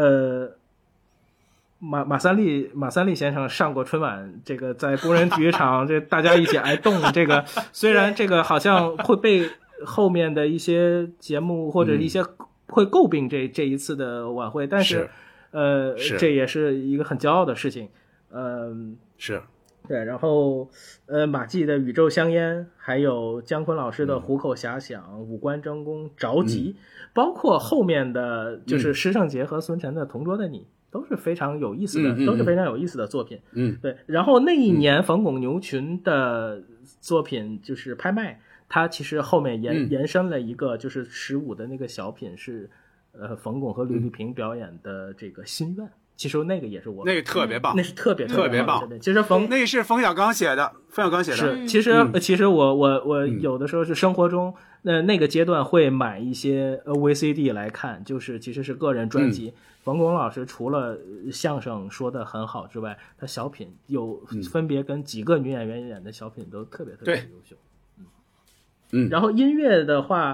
马三立先生上过春晚，这个在工人体育场，这大家一起挨冻，这个虽然这个好像会被后面的一些节目或者一些会诟病这一次的晚会，但是这也是一个很骄傲的事情。 是对。然后马季的宇宙香烟，还有姜昆老师的虎口遐想、五官争功、着急，包括后面的就是施圣杰和孙晨的同桌的你，都是非常有意思的，都是非常有意思的作品。对。然后那一年冯巩牛群的作品就是拍卖，他其实后面延伸了一个就是15的那个小品是冯巩和吕丽萍表演的这个心愿。其实那个也是我那个特别棒， 那是特别棒。 其实那是冯小刚写的， 是。其实我有的时候是生活中那个阶段会买一些VCD 来看，就是其实是个人专辑。冯巩老师除了相声说的很好之外，他小品有分别跟几个女演员演的小品都特别优秀。然后音乐的话，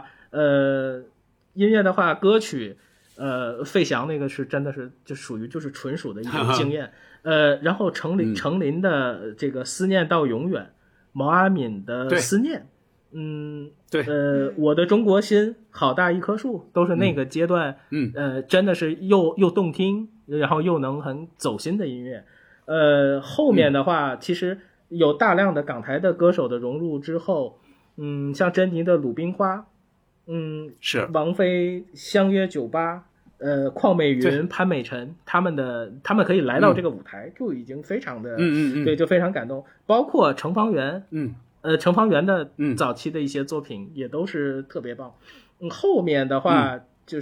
歌曲。费翔那个是真的是就属于就是纯属的一种经验。然后程琳的这个思念到永远，毛阿敏的思念，我的中国心，好大一棵树，都是那个阶段，真的是又动听，然后又能很走心的音乐。后面的话，其实有大量的港台的歌手的融入之后，像珍妮的鲁冰花。 是王菲相约酒吧，邝美云、潘美辰，他们可以来到这个舞台，就已经非常的，对，就非常感动。包括程方圆，程方圆的早期的一些作品也都是特别棒。后面的话就是，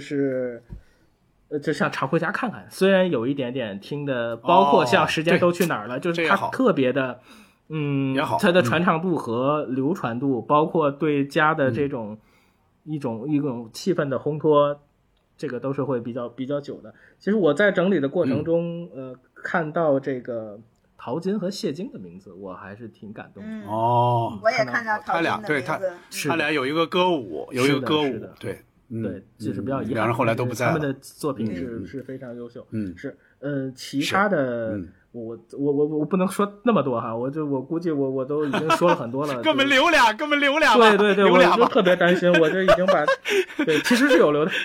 就像常回家看看，虽然有一点点听的，包括像时间都去哪儿了，就是它特别的，它的传唱度和流传度，包括对家的这种。一种气氛的烘托，这个都是会比较久的。其实我在整理的过程中，看到这个陶晶和谢晶的名字，我还是挺感动的。 我也看到陶晶的名字。 他俩有一个歌舞，对， 就是比较遗憾。 两人后来都不在了。 他们的作品是非常优秀。是其他的。我不能说那么多哈，我估计我都已经说了很多了。 给我们留俩。 对，我就特别担心，我这已经把对，其实是有留的。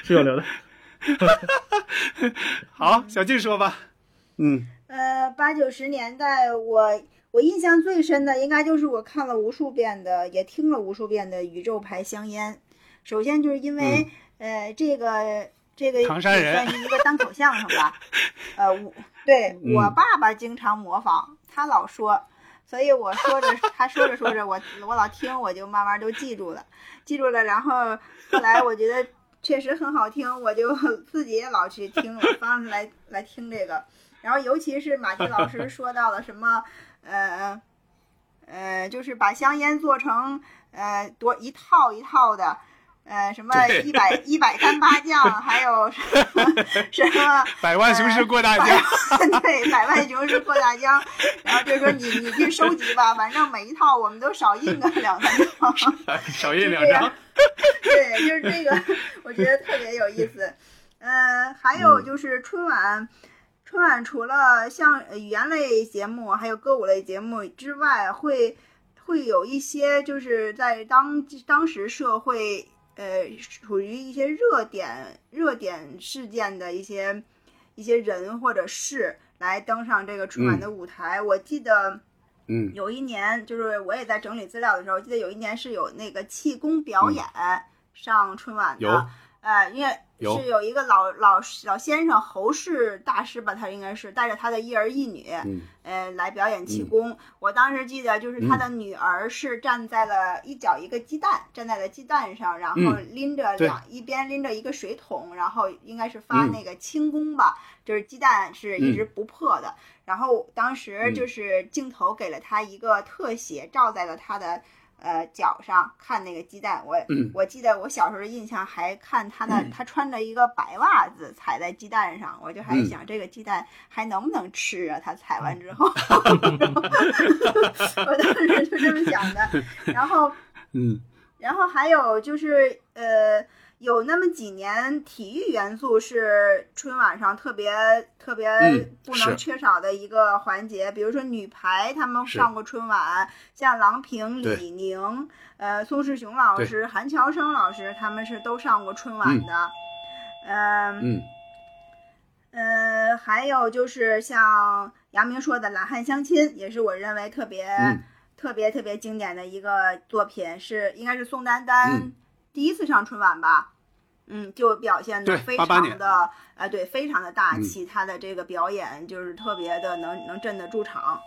好，小静说吧。 80、90年代我印象最深的应该就是我看了无数遍的，也听了无数遍的《宇宙牌香烟》。首先就是因为这个唐山人算是一个单口相声吧。对我爸爸经常模仿，他老说，所以他说着我老听，我就慢慢都记住了。然后后来我觉得确实很好听，我就自己也老去听，我放来听这个。然后尤其是马季老师说到了什么就是把香烟做成一套一套的。什么100干巴酱，还有什么百万雄师过大江， 对，百万雄师过大江。然后就说你去收集吧，反正每一套我们都少印个2、3张， 少印2张。 对，就是这个，我觉得特别有意思。还有就是春晚除了像语言类节目，还有歌舞类节目之外，会有一些就是在当时社会。属于一些热点事件的一些人或者事来登上这个春晚的舞台。我记得，有一年就是我也在整理资料的时候，记得有一年是有那个气功表演上春晚的。 因为是有一个老先生侯氏大师吧，他应该是带着他的一儿一女，来表演气功。我当时记得就是他的女儿是站在了一脚一个鸡蛋，站在了鸡蛋上，然后拎着一边拎着一个水桶，然后应该是发那个轻功吧，就是鸡蛋是一直不破的。然后当时就是镜头给了他一个特写，照在了他的脚上看那个鸡蛋。我记得我小时候的印象还看他穿着一个白袜子踩在鸡蛋上，我就还想这个鸡蛋还能不能吃啊？他踩完之后，我当时就这么想的。然后还有就是有那么几年体育元素是春晚上特别不能缺少的一个环节，比如说女排他们上过春晚，像郎平、李宁、宋世雄老师、韩乔生老师他们是都上过春晚的。还有就是像杨明说的《懒汉相亲》，也是我认为特别经典的一个作品，是应该是宋丹丹第一次上春晚吧，就表现的非常的非常的大气，他的这个表演就是特别的能镇得住场。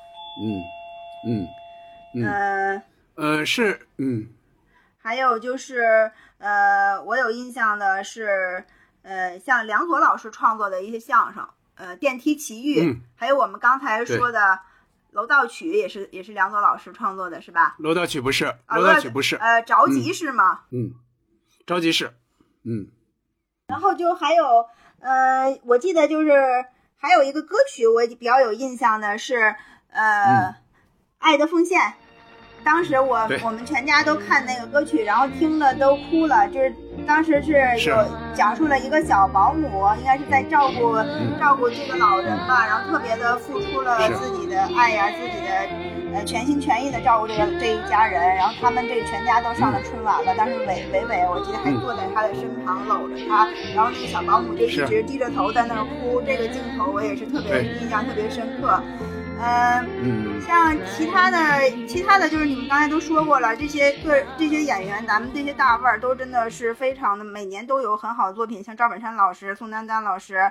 还有就是我有印象的是像梁左老师创作的一些相声，电梯奇遇，还有我们刚才说的楼道曲也是梁左老师创作的是吧？ 楼道曲不是，楼道曲不是， 着急是吗？ 着急是， 然后就还有我记得就是还有一个歌曲我比较有印象的是爱的奉献。当时我们全家都看那个歌曲，然后听了都哭了。就是当时是有讲述了一个小保姆，应该是在照顾这个老人吧，然后特别的付出了自己的爱呀，自己的全心全意的照顾这一家人。然后他们这全家都上了春晚了，当时伟我记得还坐在他的身旁搂着他，然后那个小保姆就一直低着头在那儿哭。这个镜头我也是特别印象特别深刻。像其他的就是你们刚才都说过了，这些演员，咱们这些大腕儿都真的是非常的，每年都有很好的作品，像赵本山老师、宋丹丹老师，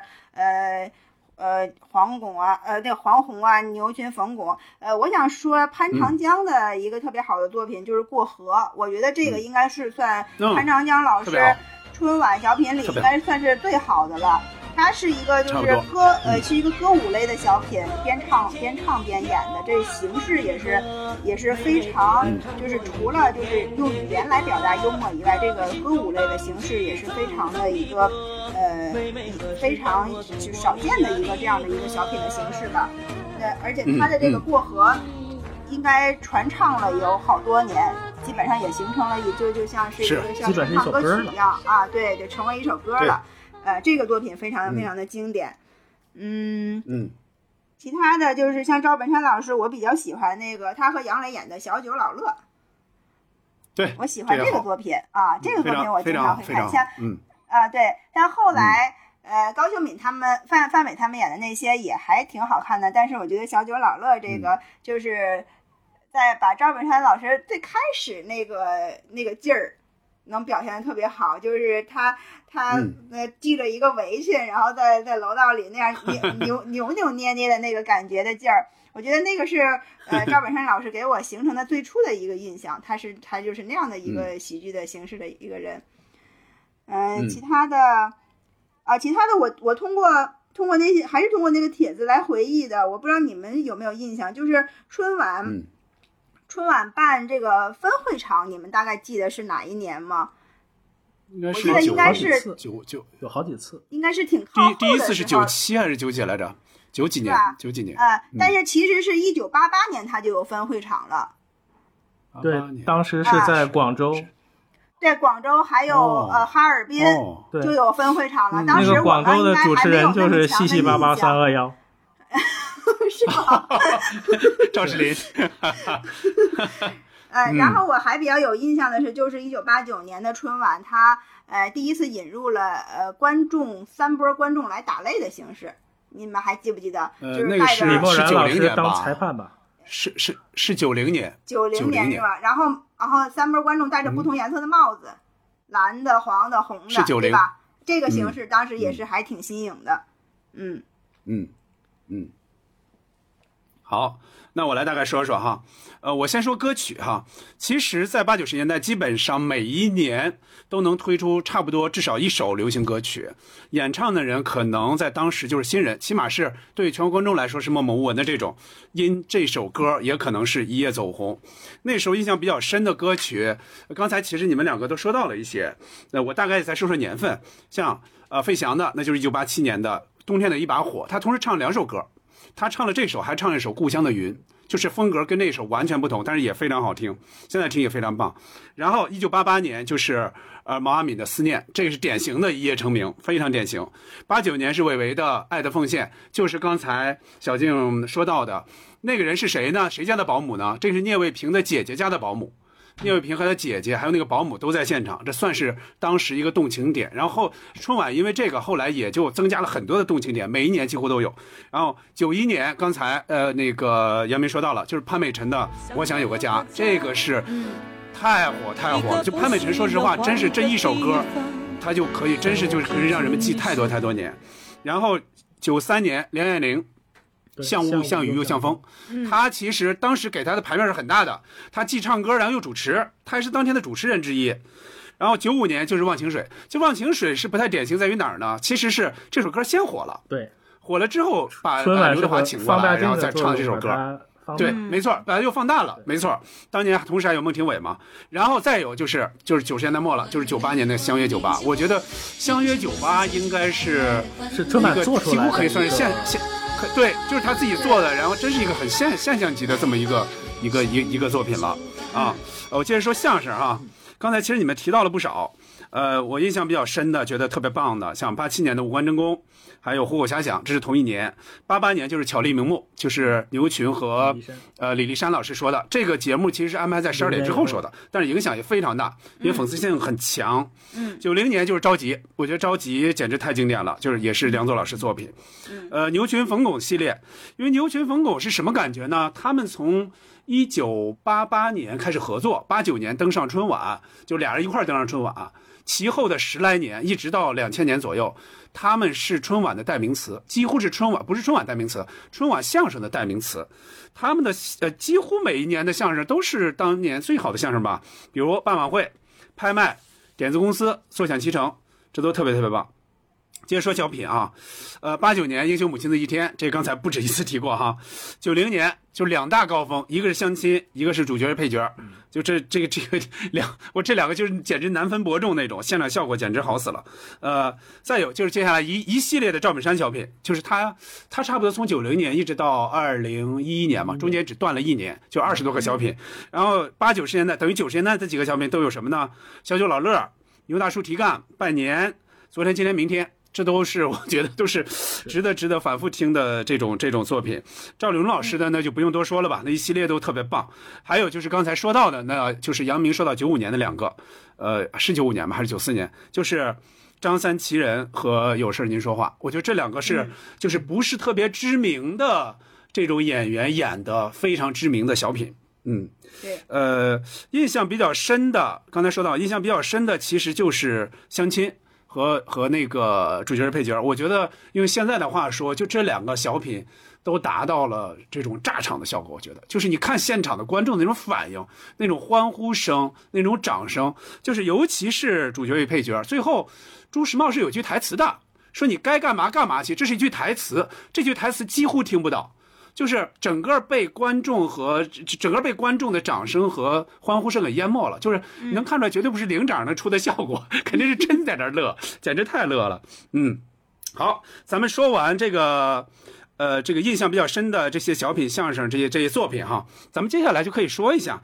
黄巩啊，黄宏啊，牛群、冯巩。我想说潘长江的一个特别好的作品就是《过河》，我觉得这个应该是算潘长江老师春晚小品里应该算是最好的了。它是一个就是是一个歌舞类的小品，边唱边演的，这形式也是非常就是除了就是用语言来表达幽默以外，这个歌舞类的形式也是非常的一个非常就少见的一个这样的一个小品的形式吧。而且它的这个过河应该传唱了有好多年，基本上也形成了就像是一个像传唱歌曲一样啊，对，成为一首歌了。这个作品非常的经典。其他的就是像赵本山老师，我比较喜欢那个他和杨磊演的《小九老乐》， 对， 我喜欢这个作品啊，这个作品我经常会看。像对，但后来高秀敏他们范伟他们演的那些也还挺好看的，但是我觉得《小九老乐》这个就是在把赵本山老师最开始那个劲儿能表现的特别好，就是他系着一个围裙，然后在楼道里那样扭捏的那个感觉的劲儿，我觉得那个是赵本山老师给我形成的最初的一个印象，他就是那样的一个喜剧的形式的一个人。其他的我通过那些还是通过那个帖子来回忆的，我不知道你们有没有印象，就是春晚办这个分会场，你们大概记得是哪一年吗？我记得应该是有好几次， 应该是挺靠后的。 第一次是97还是97来着？9几年？9几年？ 但是其实是1988年它就有分会场了。 对，当时是在广州。 对，广州还有哈尔滨就有分会场了。当时那个广州的主持人就是西西巴巴321。 是吗？ 赵世林。 然后我还比较有印象的是，就是1989年的春晚，他第一次引入了3波观众来打擂的形式，你们还记不记得？就是那个是90年当裁判吧？ 是90年。90 年是吧？然后3波观众戴着不同颜色的帽子蓝的、黄的、红的， 是90， 对吧？这个形式当时也是还挺新颖的。 好，那我来大概说说哈。我先说歌曲哈。其实，在80、90年代，基本上每一年都能推出差不多至少一首流行歌曲，演唱的人可能在当时就是新人，起码是对全国观众来说是默默无闻的这种，因这首歌也可能是一夜走红。那时候印象比较深的歌曲，刚才其实你们两个都说到了一些，我大概再说说年份，像费翔的，那就是1987年的《冬天的一把火》，他同时唱2首歌，他唱了这首，还唱了一首《故乡的云》。就是风格跟那首完全不同，但是也非常好听，现在听也非常棒。然后1988年就是毛阿敏的《思念》，这个是典型的一夜成名，非常典型。89年是韦唯的《爱的奉献》，就是刚才小静说到的那个人是谁呢？谁家的保姆呢？这是聂卫平的姐姐家的保姆。聂卫平和他姐姐还有那个保姆都在现场，这算是当时一个动情点。然后春晚因为这个后来也就增加了很多的动情点，每一年几乎都有。然后91年刚才那个杨明说到了，就是潘美辰的《我想有个家》，这个是太火了。就潘美辰说实话真是这一首歌他就可以真是就是可以让人们记太多年。然后93年梁艳玲像雾像雨又像风，他其实当时给他的牌面是很大的，他既唱歌然后又主持，他还是当天的主持人之一。然后95年就是忘情水，就忘情水是不太典型在于哪儿呢？其实是这首歌先火了， 对， 火了之后把刘德华请过来，然后再唱这首歌。对，没错，把它又放大了，没错。当年同时还有孟庭苇嘛，然后再有就是90年代末了，就是98年的相约98，我觉得相约98应该是春晚做出来的， 几乎可以算是对，就是他自己做的，然后真是一个很现象级的这么一个作品了啊。我接着说相声啊，刚才其实你们提到了不少，我印象比较深的，觉得特别棒的，像87年的五官真功，还有虎口遐想，这是同一年。88年就是巧立名目，就是牛群和李丽珊老师说的。这个节目其实是安排在12点之后说的，但是影响也非常大，因为讽刺性很强。90年就是着急，我觉得着急简直太经典了，就是也是梁左老师作品。牛群冯巩系列，因为牛群冯巩是什么感觉呢？他们从1988年开始合作，89年登上春晚，就俩人一块登上春晚。其后的10来年，一直到2000年左右，他们是春晚的代名词，几乎是春晚，不是春晚代名词，春晚相声的代名词。他们的几乎每一年的相声都是当年最好的相声吧，比如办晚会、拍卖、点子公司、坐享其成，这都特别棒。接着说小品啊，89年英雄母亲的一天，这刚才不止一次提过哈。90年就2大高峰，一个是相亲，一个是主角配角，就这两个就是简直难分伯仲那种，现场效果简直好死了。再有就是接下来一系列的赵本山小品，就是他差不多从90年一直到2011年嘛，中间只断了1年，就20多个小品。然后80、90年代等于90年代这几个小品都有什么呢？小酒老乐、牛大叔提干、拜年、昨天今天明天。这都是我觉得都是值得反复听的这种作品。赵丽蓉老师的那就不用多说了吧，那一系列都特别棒。还有就是刚才说到的，那就是杨明说到95年的2个，是95年吗？还是94年？就是张三奇人和有事您说话。我觉得这2个是就是不是特别知名的这种演员演的非常知名的小品。对，印象比较深的，刚才说到印象比较深的，其实就是相亲。和那个主角配角，我觉得用现在的话说，就这2个小品都达到了这种炸场的效果。我觉得就是你看现场的观众的那种反应，那种欢呼声，那种掌声，就是尤其是主角与配角，最后朱时茂是有句台词的，说你该干嘛干嘛去，这是一句台词，这句台词几乎听不到。就是整个被观众的掌声和欢呼声给淹没了，就是你能看出来绝对不是领长能出的效果，肯定是真在那乐，简直太乐了。好，咱们说完这个印象比较深的这些小品相声这些作品哈，咱们接下来就可以说一下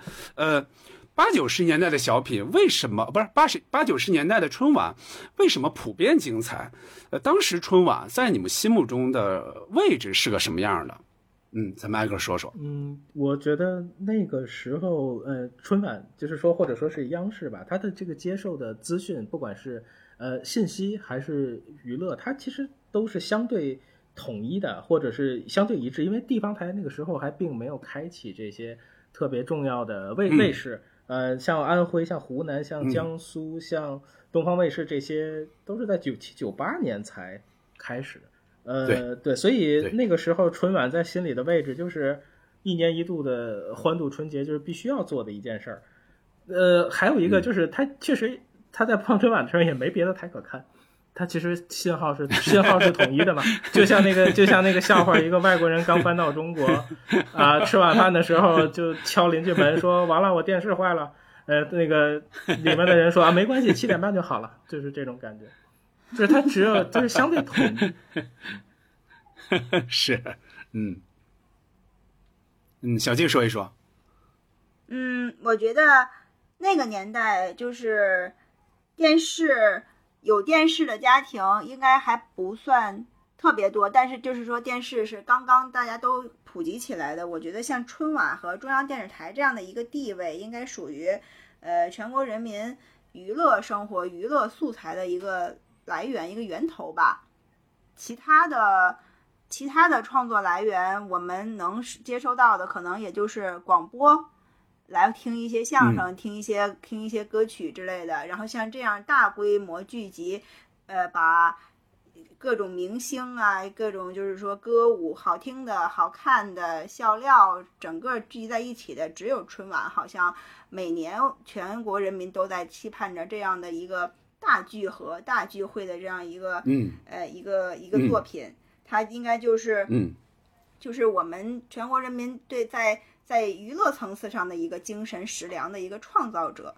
80、90年代的小品为什么不是80、90年代的春晚为什么普遍精彩？当时春晚在你们心目中的位置是个什么样的？咱们挨个说说。 我觉得那个时候，春晚就是说，或者说是央视吧，它的这个接受的资讯，不管是信息还是娱乐，它其实都是相对统一的，或者是相对一致。因为地方台那个时候还并没有开启这些特别重要的卫视， 像安徽、像湖南、像江苏、像东方卫视，这些都是在97、98年才开始的。对，所以那个时候春晚在心里的位置就是1年1度的欢度春节，就是必须要做的一件事儿。还有一个就是他确实他在放春晚的时候也没别的台可看。他其实信号是统一的嘛，就像那个笑话，一个外国人刚搬到中国，吃晚饭的时候就敲邻居门说完了我电视坏了，那个里面的人说没关系，7点半就好了，就是这种感觉，就是他只有就是相对统一。 是，小静说一说。 我觉得那个年代就是有电视的家庭应该还不算特别多，但是就是说电视是刚刚大家都普及起来的。我觉得像春晚和中央电视台这样的一个地位，应该属于全国人民娱乐生活、娱乐素材的一个来源、一个源头吧。其他的创作来源，我们能接收到的可能也就是广播。来听一些相声，听一些歌曲之类的，然后像这样大规模聚集，把各种明星啊，各种就是说歌舞好听的、好看的笑料，整个聚集在一起的，只有春晚。好像每年全国人民都在期盼着这样的一个大聚合、大聚会的这样一个一个作品，它应该就是就是我们全国人民对在娱乐层次上的一个精神食粮的一个创造者，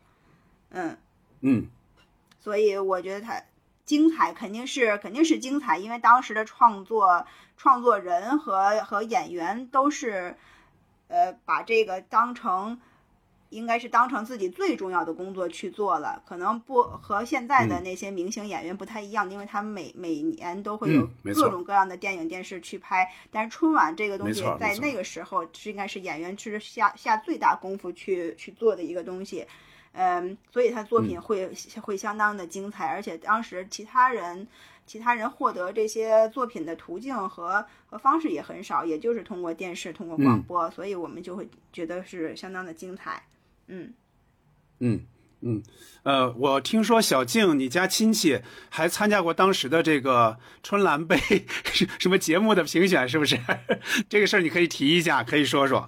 所以我觉得它精彩肯定是精彩，因为当时的创作人和演员都是把这个应该是当成自己最重要的工作去做了，可能不和现在的那些明星演员不太一样，因为他们每年都会有各种各样的电影电视去拍，但是春晚这个东西在那个时候是应该是演员是下最大功夫去做的一个东西，所以他作品会相当的精彩，而且当时其他人获得这些作品的途径和方式也很少，也就是通过电视、通过广播，所以我们就会觉得是相当的精彩。 我听说小静你家亲戚还参加过当时的这个春兰杯什么节目的评选，是不是？这个事儿你可以提一下，可以说说。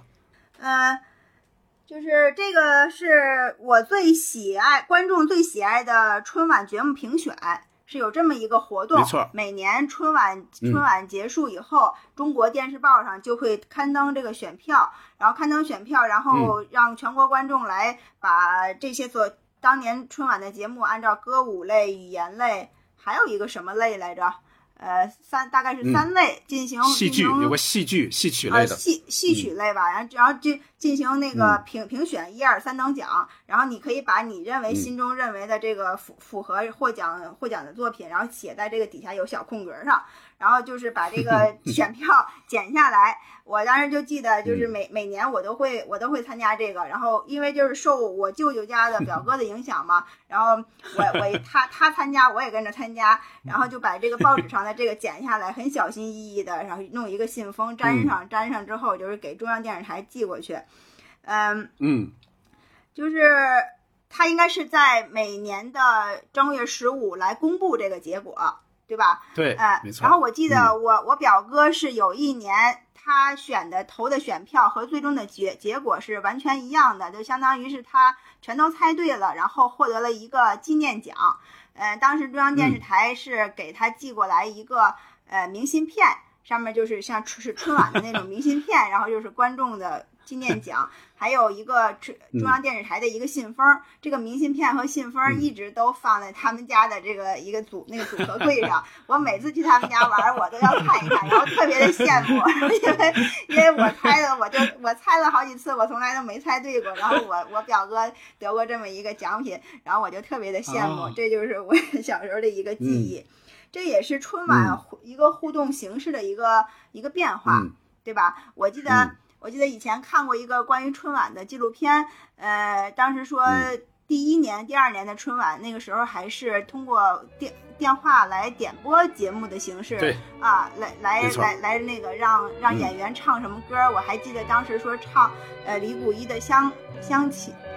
就是这个是我观众最喜爱的春晚节目评选。是有这么一个活动， 没错， 每年春晚结束以后，中国电视报上就会刊登这个选票，然后让全国观众来把这些当年春晚的节目按照歌舞类、语言类，还有一个什么类来着？大概是3类进行戏剧，有个戏曲类的戏曲类吧，然后就进行那个评选1、2、3等奖，然后你可以把你心中认为的这个符合获奖的作品，然后写在这个底下有小空格上，然后就是把这个选票剪下来。我当时就记得，就是每年我都会参加这个，然后因为就是受我舅舅家的表哥的影响嘛，然后他参加，我也跟着参加，然后就把这个报纸上的这个剪下来，很小心翼翼的，然后弄一个信封粘上之后，就是给中央电视台寄过去。就是他应该是在每年的正月15来公布这个结果，对吧？ 对，没错。 然后我记得我表哥是有一年他投的选票和最终的结果是完全一样的，就相当于是他全都猜对了，然后获得了一个纪念奖。当时中央电视台是给他寄过来一个明信片，上面就是像是春晚的那种明信片，然后就是观众的纪念奖，还有一个中央电视台的一个信封。这个明信片和信封一直都放在他们家的这个一个组合柜上。我每次去他们家玩，我都要看一看，然后特别的羡慕，因为我猜了好几次，我从来都没猜对过。然后我表哥得过这么一个奖品，然后我就特别的羡慕。这就是我小时候的一个记忆。这也是春晚一个互动形式的一个变化，对吧？我记得以前看过一个关于春晚的纪录片，当时说第1年、第2年的春晚，那个时候还是通过电话来点播节目的形式， 对啊，来那个让演员唱什么歌，我还记得当时说唱李谷一的香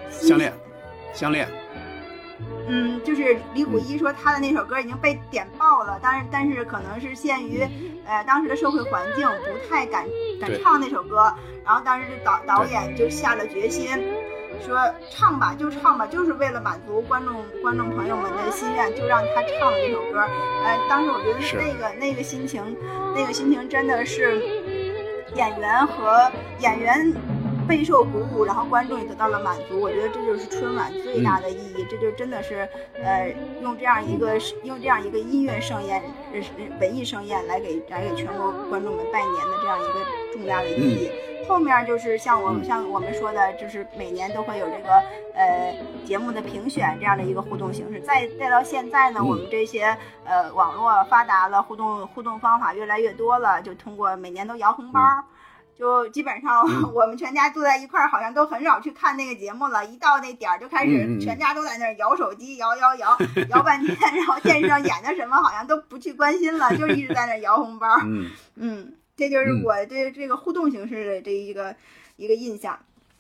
相恋。 就是李谷一说他的那首歌已经被点爆了，但是可能是限于当时的社会环境不太敢唱那首歌，然后当时导演就下了决心，说唱吧，就是为了满足观众朋友们的心愿，就让他唱了这首歌。当时我觉得那个心情真的是演员备受鼓舞，然后观众也得到了满足。我觉得这就是春晚最大的意义，这就真的是用这样一个音乐盛宴、文艺盛宴来给全国观众们拜年的这样一个重大的意义。后面就是像我们说的，就是每年都会有这个节目的评选这样的一个互动形式。再到现在呢，我们这些网络发达了，互动方法越来越多了，就通过每年都摇红包。就基本上我们全家坐在一块儿，好像都很少去看那个节目了。一到那点儿就开始全家都在那儿摇手机，摇半天，然后电视上演的什么好像都不去关心了，就一直在那儿摇红包。这就是我对这个互动形式的这一个印象。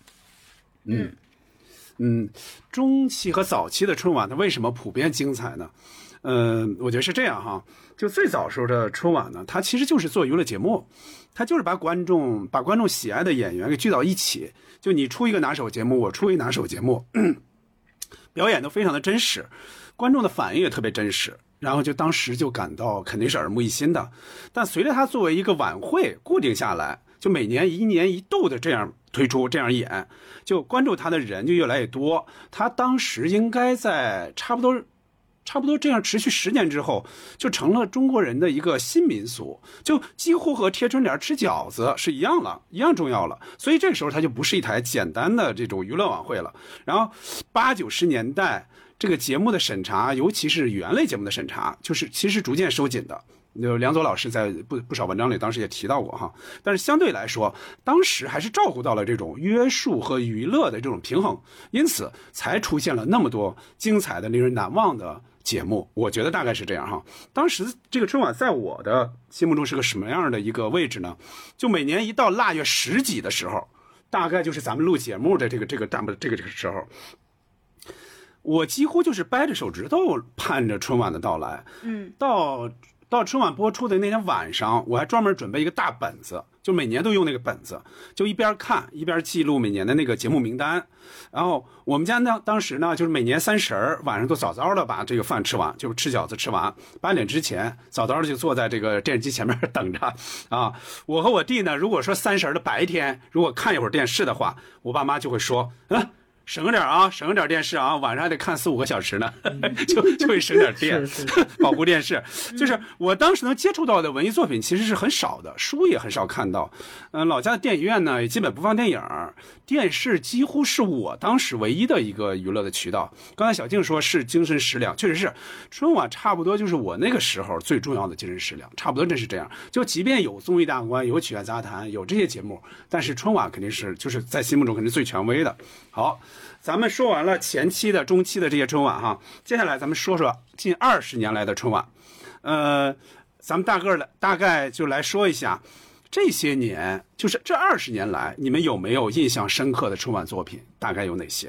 中期和早期的春晚它为什么普遍精彩呢？我觉得是这样哈，就最早时候的春晚呢，它其实就是做娱乐节目，它就是把观众喜爱的演员给聚到一起，就你出一个拿手节目，我出一个拿手节目，表演都非常的真实，观众的反应也特别真实，然后就当时就感到肯定是耳目一新的。但随着它作为一个晚会固定下来，就每年一年一度的这样推出这样演，就关注他的人就越来越多。他当时应该在差不多这样持续10年之后，就成了中国人的一个新民俗，就几乎和贴春联吃饺子是一样重要了。所以这个时候它就不是一台简单的这种娱乐晚会了。然后80、90年代这个节目的审查，尤其是语言类节目的审查，就是其实逐渐收紧的。梁左老师在不少文章里当时也提到过哈，但是相对来说，当时还是照顾到了这种约束和娱乐的这种平衡，因此才出现了那么多精彩的、令人难忘的节目。我觉得大概是这样哈。当时这个春晚在我的心目中是个什么样的一个位置呢？就每年一到腊月10几的时候，大概就是咱们录节目的这个时候，我几乎就是掰着手指头盼着春晚的到来。到春晚播出的那天晚上，我还专门准备一个大本子，就每年都用那个本子，就一边看一边记录每年的那个节目名单。然后我们家当时呢，就是每年30晚上都早早的把这个饭吃完，就吃饺子吃完，8点之前早早的就坐在这个电视机前面等着啊。我和我弟呢，如果说30的白天如果看一会儿电视的话，我爸妈就会说省着点电视啊，晚上还得看4、5个小时呢，就会省点电，保护电视。就是我当时能接触到的文艺作品其实是很少的，书也很少看到。老家的电影院呢也基本不放电影，电视几乎是我当时唯一的一个娱乐的渠道。刚才小静说是精神食粮，确实是，春晚差不多就是我那个时候最重要的精神食粮，差不多真是这样。就即便有综艺大观，有曲苑杂谈，有这些节目，但是春晚肯定是就是在心目中肯定最权威的。好，咱们说完了前期的、中期的这些春晚哈，接下来咱们说说近20年来的春晚。咱们大概就来说一下这些年，就是这20年来，你们有没有印象深刻的春晚作品？大概有哪些？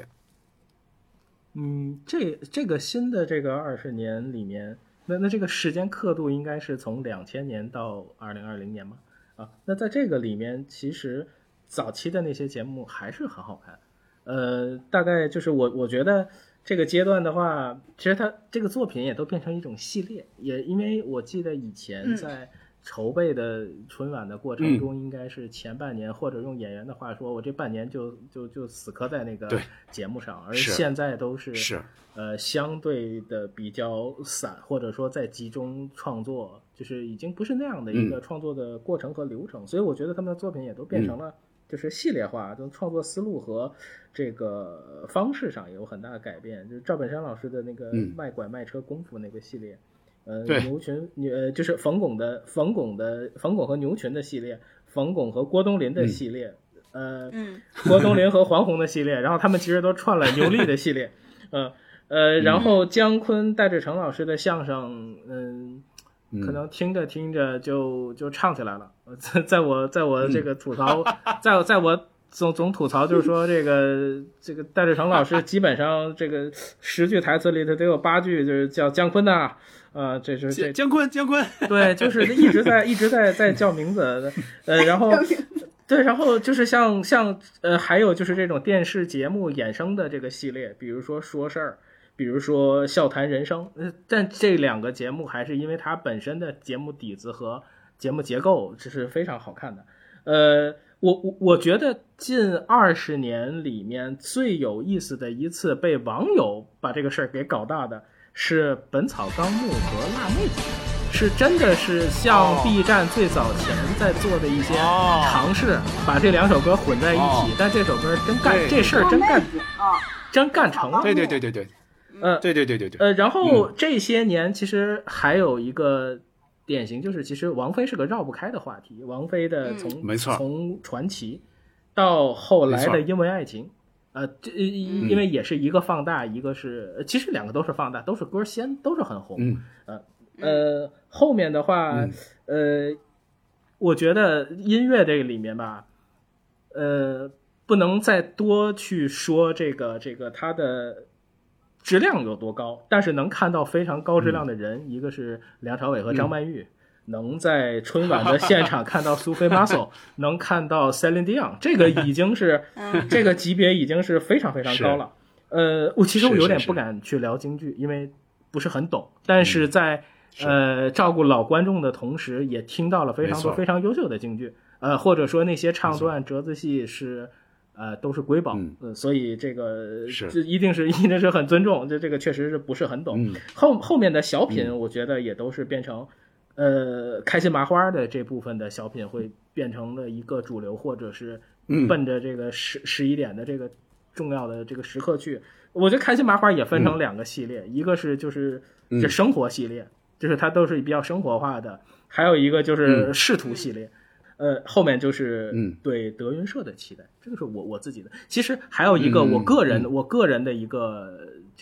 这个新的这个20年里面，那这个时间刻度应该是从2000年到2020年吗？那在这个里面，其实早期的那些节目还是很好看。大概就是我觉得这个阶段的话，其实它这个作品也都变成一种系列，也因为我记得以前在筹备的春晚的过程中，应该是前半年，或者用演员的话说，我这半年就死磕在那个节目上，而现在都是相对的比较散，或者说在集中创作，就是已经不是那样的一个创作的过程和流程，所以我觉得他们的作品也都变成了就是系列化，就创作思路和这个方式上也有很大的改变。就是赵本山老师的那个卖拐卖车功夫那个系列，牛群就是冯巩和牛群的系列，冯巩和郭冬临的系列，郭冬临和黄宏的系列，然后他们其实都串了牛莉的系列，然后姜昆、戴志诚老师的相声，可能听着就唱起来了。在我这个吐槽，在我总吐槽，就是说这个戴志诚老师基本上这个10句台词里头得有8句就是叫姜昆呐，这是这姜昆， 对，就是一直在叫名字，然后对，然后就是像还有就是这种电视节目衍生的这个系列，比如说说事儿，比如说笑谈人生，但这2个节目还是因为它本身的节目底子和节目结构这是非常好看的。我觉得近20年里面最有意思的一次被网友把这个事儿给搞大的是《本草纲目》和《辣妹子》，是真的是像 B 站最早前在做的一些尝试，把这2首歌混在一起，但这首歌真干这事儿真干成了。 对，对。 然后这些年其实还有一个典型，就是其实王菲是个绕不开的话题。王菲的从传奇到后来的因为爱情，因为也是一个放大，一个是其实2个都是放大，都是歌先都是很红。后面的话，我觉得音乐这个里面吧，不能再多去说这个它的质量有多高，但是能看到非常高质量的人，一个是梁朝伟和张曼玉，能在春晚的现场看到苏菲玛索，能看到 Celine Dion， 这个已经是这个级别已经是非常非常高了。我其实有点不敢去聊京剧，因为不是很懂，但是在照顾老观众的同时，也听到了非常多非常优秀的京剧，或者说那些唱段折子戏是。都是瑰宝，所以这个这一定是很尊重，这个确实是不是很懂。后面的小品，我觉得也都是变成，开心麻花的这部分的小品会变成了一个主流，或者是奔着这个11点的这个重要的这个时刻去。我觉得开心麻花也分成2个系列，一个是就是这生活系列，就是它都是比较生活化的，还有一个就是仕途系列。后面就是对德云社的期待，这个是我自己的。其实还有一个我个人的一个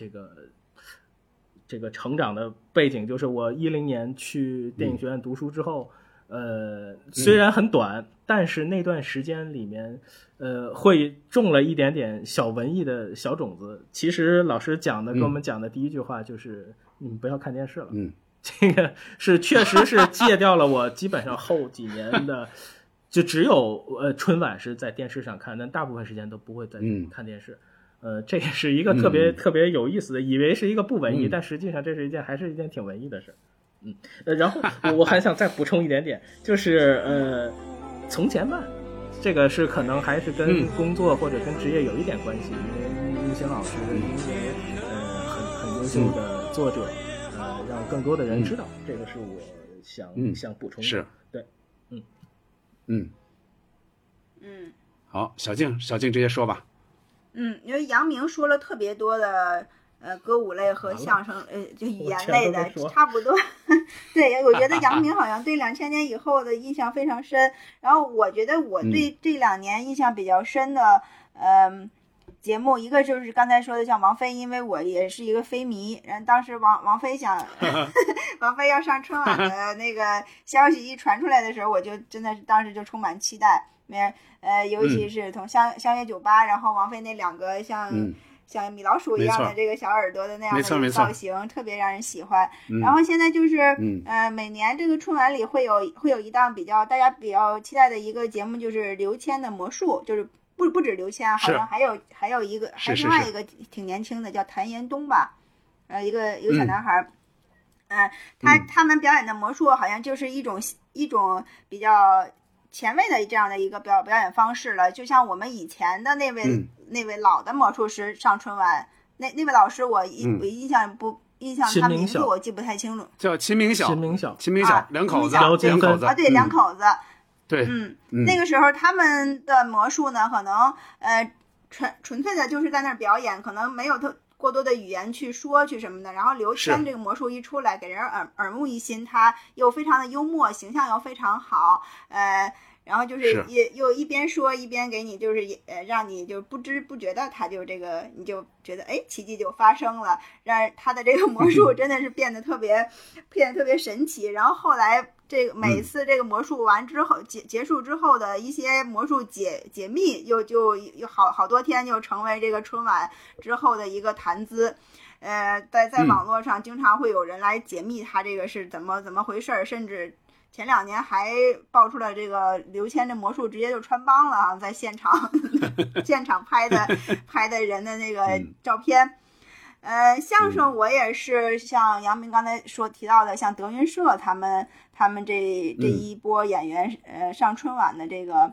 这个成长的背景，就是我10年去电影学院读书之后，虽然很短，但是那段时间里面，会种了一点点小文艺的小种子。其实老师跟我们讲的第一句话就是你们不要看电视了。这个是确实是戒掉了我基本上后几年的，就只有春晚是在电视上看，但大部分时间都不会再看电视。这也是一个特别有意思的，以为是一个不文艺，但实际上这是还是一件挺文艺的事。然后我还想再补充一点点，就是从前慢，这个是可能还是跟工作或者跟职业有一点关系，因为陆星老师因为很优秀的作者。让更多的人知道，这个是我想补充的。 是， 对， 好，小静直接说吧。 因为杨明说了特别多的歌舞类和相声就语言类的，差不多。对，我觉得杨明好像对2000年以后的印象非常深。然后我觉得我对这2年印象比较深的，节目一个就是刚才说的像王菲，因为我也是一个菲迷，然后当时王菲王菲要上春晚的那个消息一传出来的时候，我就真的是当时就充满期待。尤其是从相约酒吧，然后王菲那2个像米老鼠一样的这个小耳朵的那样的造型，特别让人喜欢。然后现在就是每年这个春晚里会有一档大家比较期待的一个节目，就是刘谦的魔术，就是不止刘谦，好像还有一个另外一个挺年轻的叫谭延东吧，一个小男孩。他们表演的魔术好像就是一种比较前卫的这样的一个表演方式了，就像我们以前的那位老的魔术师上春晚，那位老师我印象他名字我记不太清楚， 叫秦明晓，两口子啊，对，两口子。 对， 那个时候他们的魔术呢，可能纯粹的就是在那儿表演，可能没有过多的语言去说去什么的。然后刘谦这个魔术一出来，给人耳目一新，他又非常的幽默，形象又非常好， 然后就是又一边说一边给你就是让你就不知不觉的他就这个你就觉得奇迹就发生了，让他的这个魔术真的是变得特别神奇。然后后来这个每次这个魔术完之后结束之后的一些魔术解密又有好多天就成为这个春晚之后的一个谈资。在网络上经常会有人来解密他这个是怎么回事，甚至前2年还爆出了这个刘谦的魔术直接就穿帮了啊，在现场拍的人的那个照片。相声我也是像杨明刚才提到的，像德云社他们这一波演员上春晚的这个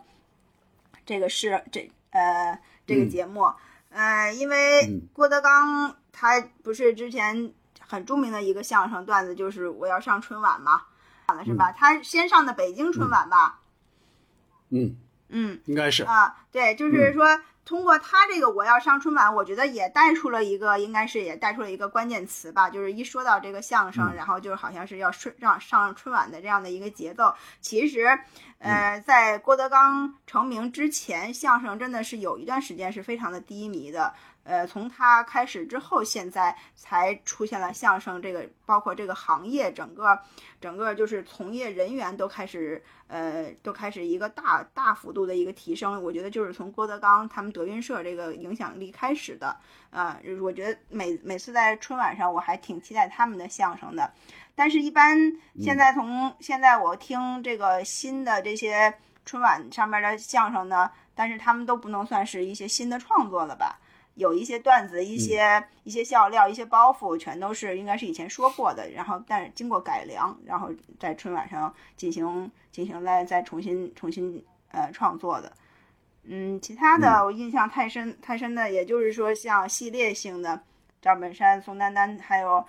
节目。因为郭德纲他不是之前很著名的一个相声段子，就是我要上春晚嘛，是吧？他先上的北京春晚吧？ 应该是啊，对，就是说通过他这个我要上春晚，我觉得也带出了一个关键词吧，就是一说到这个相声，然后就好像是要上春晚的这样的一个节奏。其实在郭德纲成名之前，相声真的是有一段时间是非常的低迷的。从他开始之后，现在才出现了相声这个，包括这个行业整个就是从业人员都开始一个大幅度的一个提升。我觉得就是从郭德纲他们德云社这个影响力开始的。我觉得每次在春晚上，我还挺期待他们的相声的。但是，一般现在我听这个新的这些春晚上面的相声呢，但是他们都不能算是一些新的创作了吧？有一些段子、一些笑料、一些包袱，全都是应该是以前说过的，然后但是经过改良，然后在春晚上进行再重新创作的。其他的我印象太深的，也就是说像系列性的赵本山、宋丹丹，还有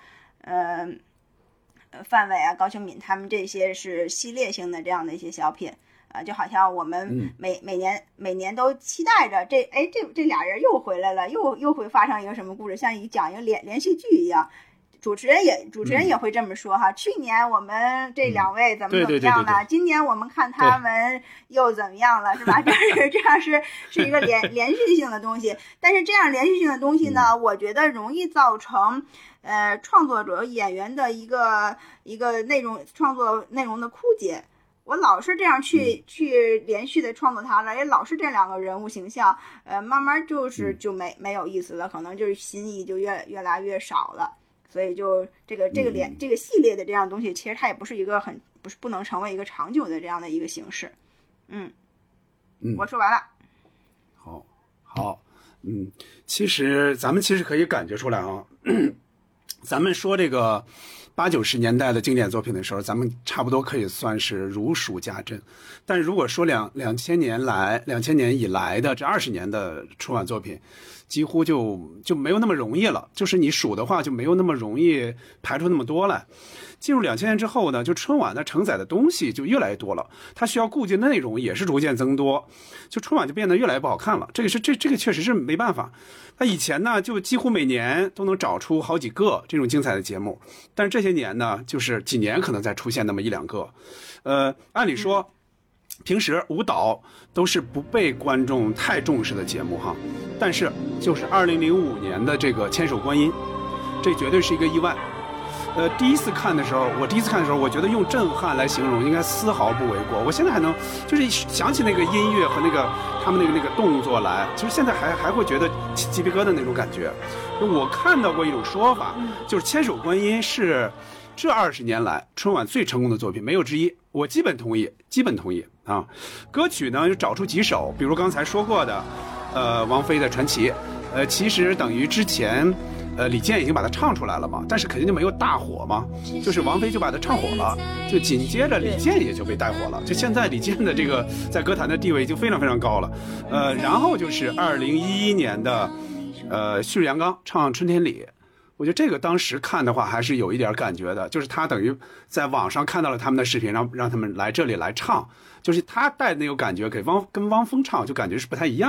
范伟啊、高秀敏他们这些是系列性的这样的一些小品。就好像我们每年都期待着这俩人又回来了，又会发生一个什么故事，像讲一个连续剧一样。主持人也会这么说哈。去年我们这2位怎么样了？今年我们看他们又怎么样了，是吧？这样是一个连续性的东西。但是这样连续性的东西呢，我觉得容易造成创作者演员的一个创作内容的枯竭。我老是这样去连续的创作它了，也老是这2个人物形象，慢慢就没有意思了，可能就是新意就越来越少了。所以就这个系列的这样东西，其实它也不是一个不能成为一个长久的这样的一个形式。我说完了。 好，其实咱们可以感觉出来啊，咱们说这个80、90年代的经典作品的时候，咱们差不多可以算是如数家珍。但如果说2000年以来的这20年的春晚作品，几乎就没有那么容易了，就是你数的话就没有那么容易排出那么多来。进入2000年之后呢，就春晚的承载的东西就越来越多了，它需要顾及的内容也是逐渐增多，就春晚就变得越来越不好看了。这个确实是没办法。那以前呢，就几乎每年都能找出好几个这种精彩的节目，但是这些年呢，就是几年可能再出现那么1-2个。按理说平时舞蹈都是不被观众太重视的节目哈，但是就是2005年的这个千手观音，这绝对是一个意外。第一次看的时候，我觉得用震撼来形容应该丝毫不为过。我现在还能就是想起那个音乐和他们那个动作来，其实现在还会觉得起鸡皮疙瘩那种感觉。我看到过一种说法，就是千手观音是这20年来春晚最成功的作品，没有之一。我基本同意啊。歌曲呢就找出几首，比如刚才说过的王菲的传奇，其实等于之前李健已经把它唱出来了嘛，但是肯定就没有大火嘛，就是王菲就把它唱火了，就紧接着李健也就被带火了，就现在李健的这个在歌坛的地位已经非常非常高了。然后就是2011年的旭日阳刚唱春天里，我觉得这个当时看的话还是有一点感觉的，就是他等于在网上看到了他们的视频，让他们来这里来唱，就是他带的那个感觉跟汪峰唱就感觉是不太一样。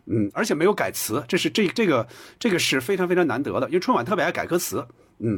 而且没有改词，这是这个是非常非常难得的，因为春晚特别爱改歌词。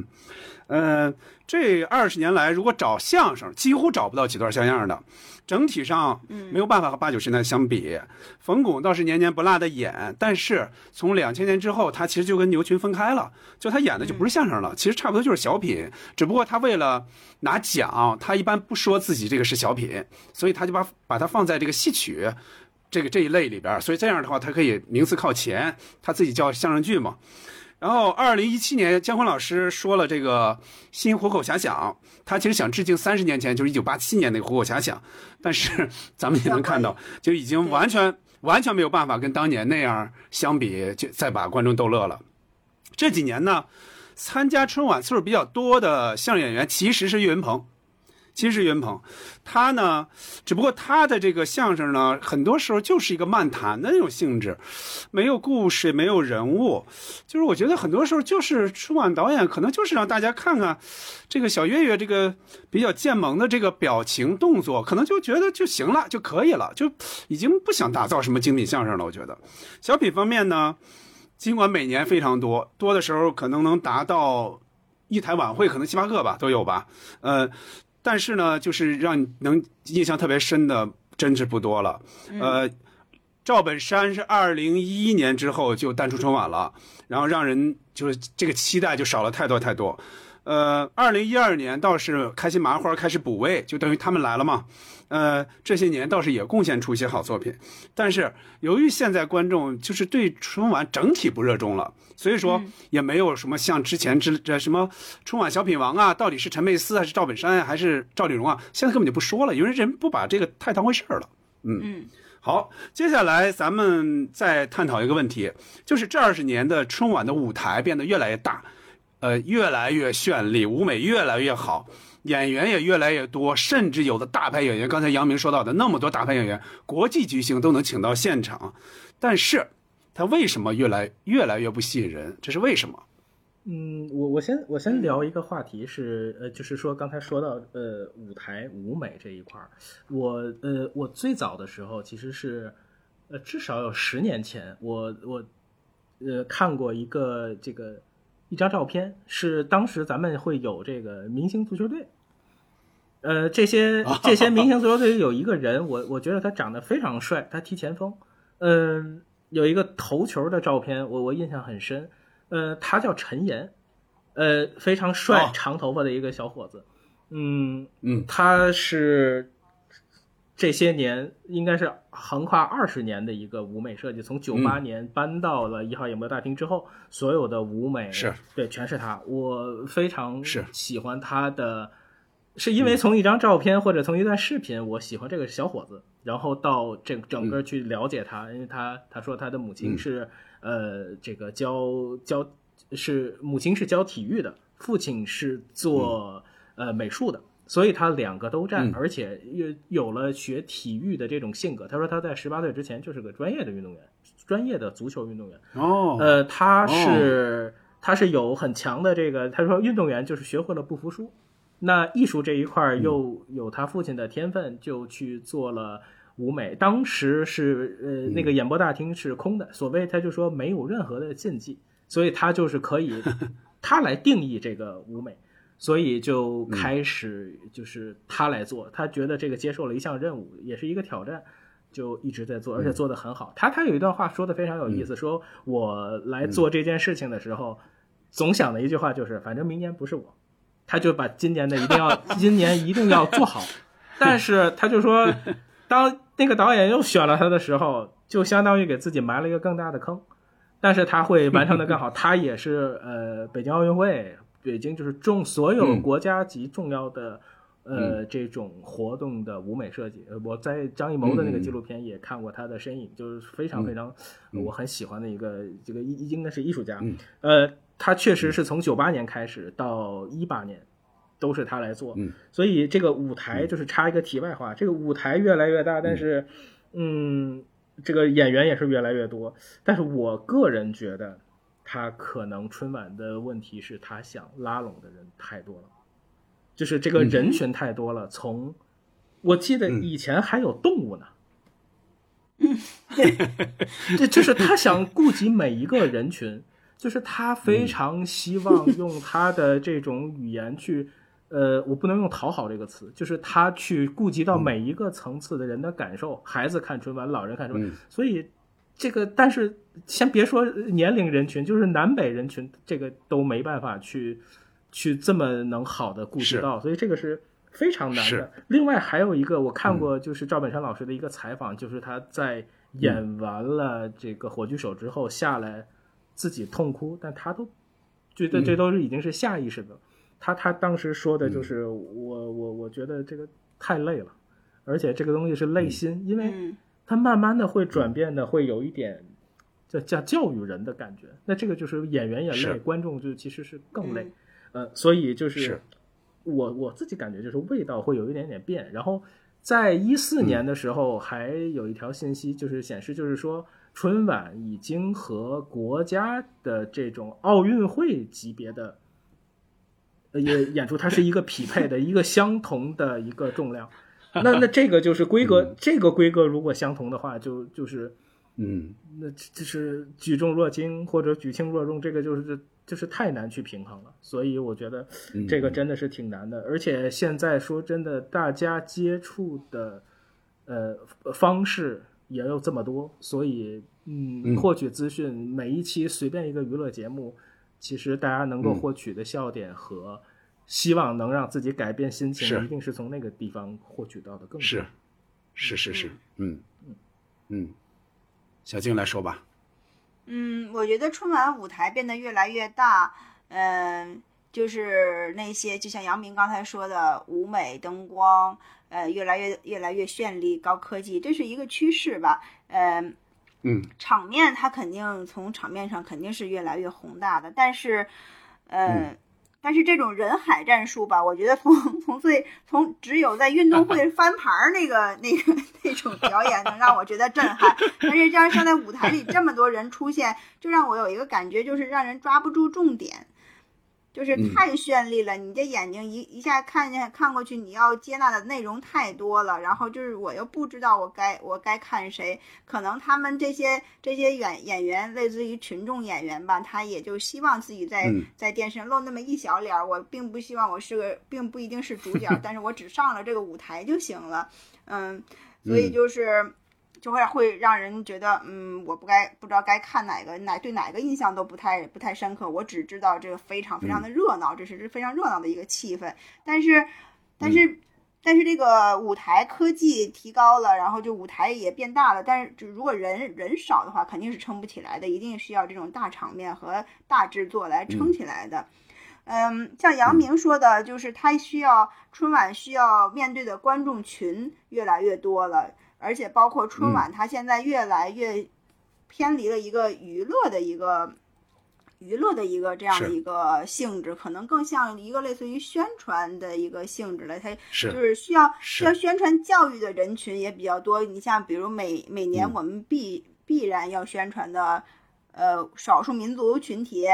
这20年来，如果找相声，几乎找不到几段像样的，整体上没有办法和80、90年代相比。冯巩倒是年年不落的演，但是从2000年之后，他其实就跟牛群分开了，就他演的就不是相声了，其实差不多就是小品，只不过他为了拿奖，他一般不说自己这个是小品，所以他就把它放在这个戏曲这一类里边，所以这样的话，他可以名次靠前，他自己叫相声剧嘛。然后2017年，姜昆老师说了这个新虎口遐想，他其实想致敬30年前，就是1987年那个虎口遐想，但是咱们也能看到，就已经完全没有办法跟当年那样相比，就再把观众逗乐了。这几年呢，参加春晚次数比较多的相声演员其实是岳云鹏。他呢，只不过他的这个相声呢，很多时候就是一个漫谈的那种性质，没有故事，没有人物，就是我觉得很多时候就是春晚导演可能就是让大家看看这个小岳岳这个比较健萌的这个表情动作，可能就觉得就行了，就可以了，就已经不想打造什么精品相声了。我觉得小品方面呢，尽管每年非常多的时候可能能达到一台晚会可能7、8个吧都有吧，但是呢，就是让你能印象特别深的，真是不多了。赵本山是2011年之后就淡出春晚了，然后让人就是这个期待就少了太多。2012年倒是开心麻花开始补位，就等于他们来了嘛。这些年倒是也贡献出一些好作品，但是由于现在观众就是对春晚整体不热衷了，所以说也没有什么像之前什么春晚小品王啊，到底是陈佩斯还是赵本山还是赵丽蓉啊，现在根本就不说了，因为人不把这个太当回事了。好，接下来咱们再探讨一个问题，就是这20年的春晚的舞台变得越来越大，越来越绚丽，舞美越来越好，演员也越来越多，甚至有的大牌演员，刚才杨明说到的那么多大牌演员，国际巨星都能请到现场，但是他为什么越来越不吸引人？这是为什么？ 我先聊一个话题是就是说刚才说到舞台舞美这一块，我最早的时候其实是至少有10年前，我看过一张照片，是当时咱们会有这个明星足球队，这些明星足球队有一个人，我觉得他长得非常帅，他踢前锋，有一个头球的照片，我印象很深，他叫陈岩，非常帅，长头发的一个小伙子，他是这些年应该是横跨20年的一个舞美设计，从98年搬到了1号演播大厅之后，所有的舞美对全是他，我非常喜欢他的，是因为从一张照片或者从一段视频，我喜欢这个小伙子，然后到整个去了解他，因为他说他的母亲是这个母亲是教体育的，父亲是做美术的。所以他2个都占，而且有了学体育的这种性格。他说他在18岁之前就是个专业的运动员，专业的足球运动员。他是有很强的这个，他说运动员就是学会了不服输。那艺术这一块又有他父亲的天分，就去做了舞美。当时是那个演播大厅是空的，所谓他就说没有任何的禁忌，所以他就是可以他来定义这个舞美。所以就开始就是他来做，他觉得这个接受了一项任务，也是一个挑战，就一直在做，而且做得很好。他有一段话说得非常有意思，说我来做这件事情的时候，总想的一句话就是反正明年不是我，他就把今年一定要做好。但是他就说当那个导演又选了他的时候，就相当于给自己埋了一个更大的坑，但是他会完成得更好。他也是北京奥运会，北京就是所有国家级重要的这种活动的舞美设计。我在张艺谋的那个纪录片也看过他的身影，就是非常非常我很喜欢的一个这个应该是艺术家。他确实是从98年开始到18年都是他来做，所以这个舞台就是插一个题外话，这个舞台越来越大，但是这个演员也是越来越多。但是我个人觉得他可能春晚的问题是他想拉拢的人太多了，就是这个人群太多了。我记得以前还有动物呢， 这就是他想顾及每一个人群，就是他非常希望用他的这种语言去，我不能用讨好这个词，就是他去顾及到每一个层次的人的感受，孩子看春晚，老人看春晚，所以这个，但是先别说年龄人群，就是南北人群，这个都没办法去这么能好的顾及到，所以这个是非常难的。另外还有一个我看过，就是赵本山老师的一个采访，就是他在演完了这个火炬手之后下来自己痛哭，但他都觉得这都是已经是下意识的。他当时说的就是我觉得这个太累了，而且这个东西是累心，因为他慢慢的会转变的，会有一点叫教育人的感觉。那这个就是演员也累，观众就其实是更累。所以就是我自己感觉就是味道会有一点点变。然后在2014年的时候，还有一条信息就是显示，就是说春晚已经和国家的这种奥运会级别的演出，它是一个匹配的一个相同的一个重量。那这个就是规格，这个规格如果相同的话，就是那就是举重若轻或者举轻若重，这个就是太难去平衡了。所以我觉得这个真的是挺难的。而且现在说真的，大家接触的方式也有这么多，所以获取资讯，每一期随便一个娱乐节目，其实大家能够获取的笑点和希望能让自己改变心情，一定是从那个地方获取到的更多。 是，小静来说吧。 我觉得春晚舞台变得越来越大，就是那些就像杨明刚才说的舞美灯光，越来越绚丽高科技，这是一个趋势吧。场面它肯定从场面上肯定是越来越宏大的，但是这种人海战术吧，我觉得从只有在运动会翻盘那种表演能让我觉得震撼，但是像在舞台里这么多人出现，就让我有一个感觉，就是让人抓不住重点，就是太绚丽了，你的眼睛一下看过去，你要接纳的内容太多了，然后就是我又不知道我该看谁，可能他们这些演员类似于群众演员吧，他也就希望自己在电视上露那么一小脸，我并不希望我并不一定是主角，但是我只上了这个舞台就行了，所以就会让人觉得，我不知道该看对哪个印象都不太深刻，我只知道这个非常非常的热闹，这是非常热闹的一个气氛。但是这个舞台科技提高了，然后就舞台也变大了，但是如果人少的话，肯定是撑不起来的，一定需要这种大场面和大制作来撑起来的。像杨明说的，就是春晚需要面对的观众群越来越多了。而且包括春晚，它现在越来越偏离了一个娱乐的一个这样的一个性质，可能更像一个类似于宣传的一个性质了。它就是需要宣传教育的人群也比较多。你像比如每年我们必然要宣传的少数民族群体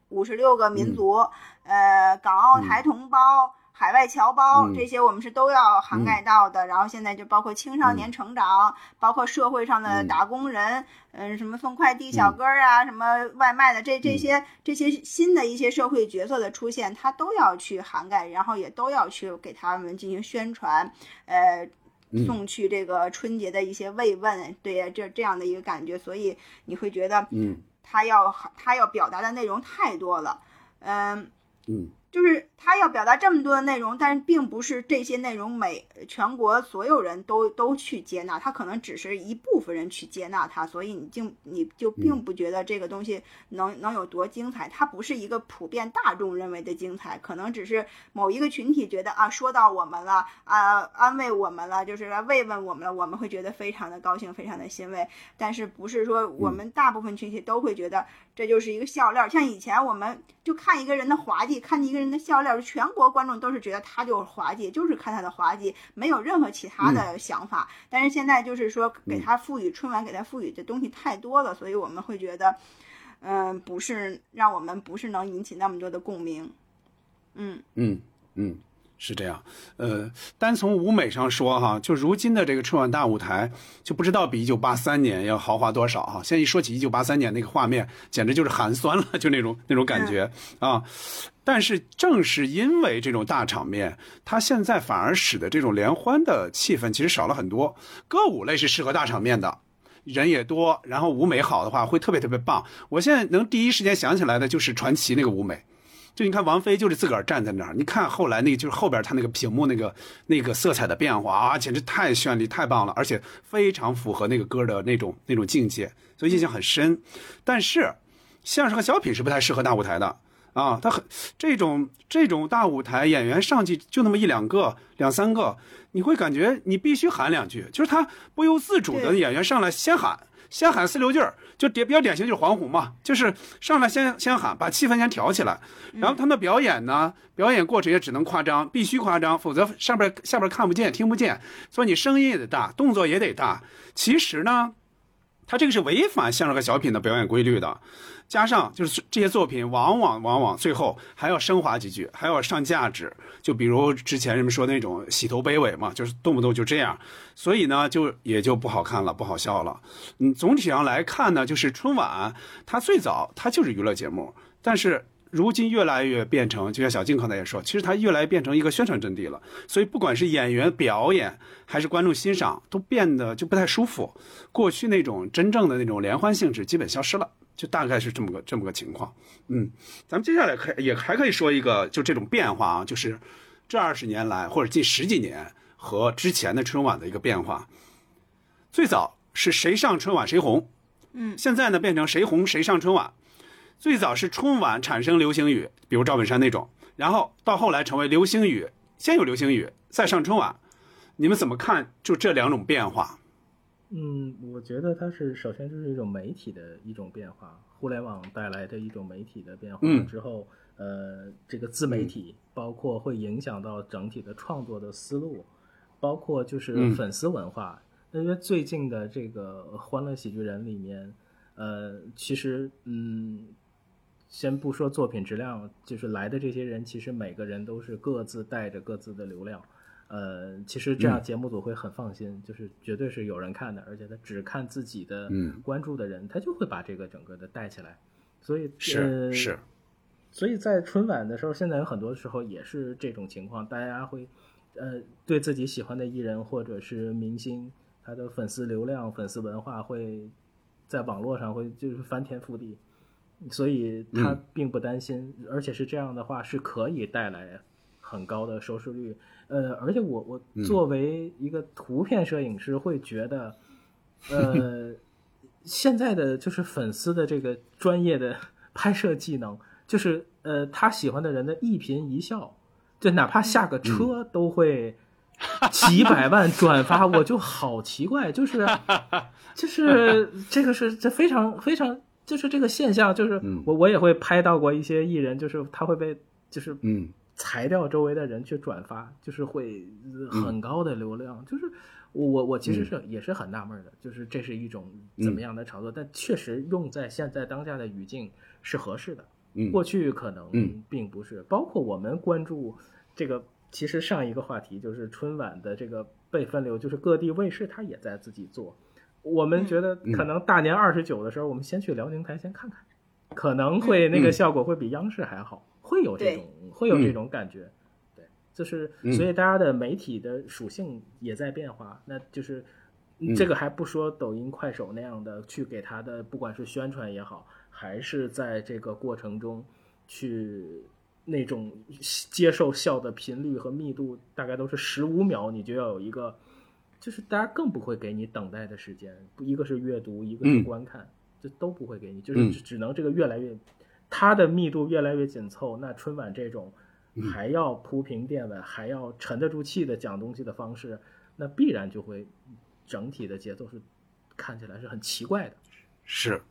56个民族，港澳台同胞。海外侨胞这些我们是都要涵盖到的，然后现在就包括青少年成长，包括社会上的打工人，什么送快递小哥啊，什么外卖的这些新的一些社会角色的出现，它都要去涵盖，然后也都要去给他们进行宣传，送去这个春节的一些慰问，对这样的一个感觉，所以你会觉得，他要表达的内容太多了，就是他要表达这么多的内容，但是并不是这些内容全国所有人都去接纳，他可能只是一部分人去接纳他，所以你就并不觉得这个东西能有多精彩，它不是一个普遍大众认为的精彩，可能只是某一个群体觉得说到我们了安慰我们了，就是来慰问我们了，我们会觉得非常的高兴，非常的欣慰，但是不是说我们大部分群体都会觉得这就是一个笑料，像以前我们就看一个人的滑稽，看一个人的笑料，全国观众都是觉得他就是滑稽，就是看他的滑稽，没有任何其他的想法，但是现在就是说给他春晚给他赋予的东西太多了，所以我们会觉得不是能引起那么多的共鸣。 是这样，单从舞美上说哈，就如今的这个春晚大舞台，就不知道比1983年要豪华多少哈。现在一说起1983年那个画面，简直就是寒酸了，就那种感觉啊。但是正是因为这种大场面，它现在反而使得这种联欢的气氛其实少了很多。歌舞类是适合大场面的，人也多，然后舞美好的话会特别特别棒。我现在能第一时间想起来的就是传奇那个舞美。就你看王菲就是自个儿站在那儿，你看后来那个就是后边她那个屏幕那个色彩的变化啊，简直太绚丽太棒了，而且非常符合那个歌的那种境界，所以印象很深。但是相声和小品是不太适合大舞台的啊，它这种大舞台演员上去就那么1-2个2-3个，你会感觉你必须喊2句，就是他不由自主的演员上来先喊4、6句，就比较典型就是黄虎嘛，就是上来先喊，把气氛先挑起来，然后他们表演呢，表演过程也只能夸张，必须夸张，否则下边看不见听不见，所以你声音也得大，动作也得大。其实呢，他这个是违反相声和小品的表演规律的。加上就是这些作品往往最后还要升华几句，还要上价值，就比如之前人们说那种洗头卑尾嘛，就是动不动就这样，所以呢也就不好看了，不好笑了。总体上来看呢，就是春晚它最早它就是娱乐节目，但是如今越来越变成，就像小静刚才也说，其实它越来越变成一个宣传阵地了。所以不管是演员表演还是观众欣赏，都变得就不太舒服。过去那种真正的那种联欢性质基本消失了，就大概是这么个情况。咱们接下来还可以说一个，就这种变化啊，就是这20年来或者近10几年和之前的春晚的一个变化。最早是谁上春晚谁红，现在呢变成谁红谁上春晚。最早是春晚产生流行语，比如赵本山那种，然后到后来成为流行语，先有流行语，再上春晚。你们怎么看就这2种变化？ 我觉得它是首先就是一种媒体的一种变化，互联网带来的一种媒体的变化之后，这个自媒体包括会影响到整体的创作的思路，包括就是粉丝文化。因为最近的这个欢乐喜剧人里面，其实先不说作品质量，就是来的这些人，其实每个人都是各自带着各自的流量。其实这样节目组会很放心，就是绝对是有人看的，而且他只看自己的关注的人，他就会把这个整个的带起来。所以是， 所以在春晚的时候，现在有很多时候也是这种情况，大家会对自己喜欢的艺人或者是明星，他的粉丝流量、粉丝文化会在网络上会就是翻天覆地。所以他并不担心，而且是这样的话是可以带来很高的收视率。而且我作为一个图片摄影师会觉得，现在的就是粉丝的这个专业的拍摄技能，就是他喜欢的人的一颦一笑，就哪怕下个车都会几百万转发，我就好奇怪，就是这个是这非常非常。就是这个现象，就是我也会拍到过一些艺人，就是他会被就是裁掉周围的人去转发，就是会很高的流量。就是我其实是也是很纳闷的，就是这是一种怎么样的炒作，但确实用在现在当下的语境是合适的。过去可能并不是，包括我们关注这个，其实上一个话题就是春晚的这个被分流，就是各地卫视它也在自己做。我们觉得可能大年29的时候，我们先去辽宁台先看看，可能会那个效果会比央视还好，会有这种感觉。对，就是所以大家的媒体的属性也在变化。那就是这个还不说抖音、快手那样的去给他的，不管是宣传也好，还是在这个过程中去那种接受笑的频率和密度，大概都是15秒，你就要有一个。就是大家更不会给你等待的时间，一个是阅读，一个是观看，这都不会给你，就是只能这个越来越，它的密度越来越紧凑。那春晚这种还要铺平垫稳，还要沉得住气的讲东西的方式，那必然就会整体的节奏是看起来是很奇怪的。 是，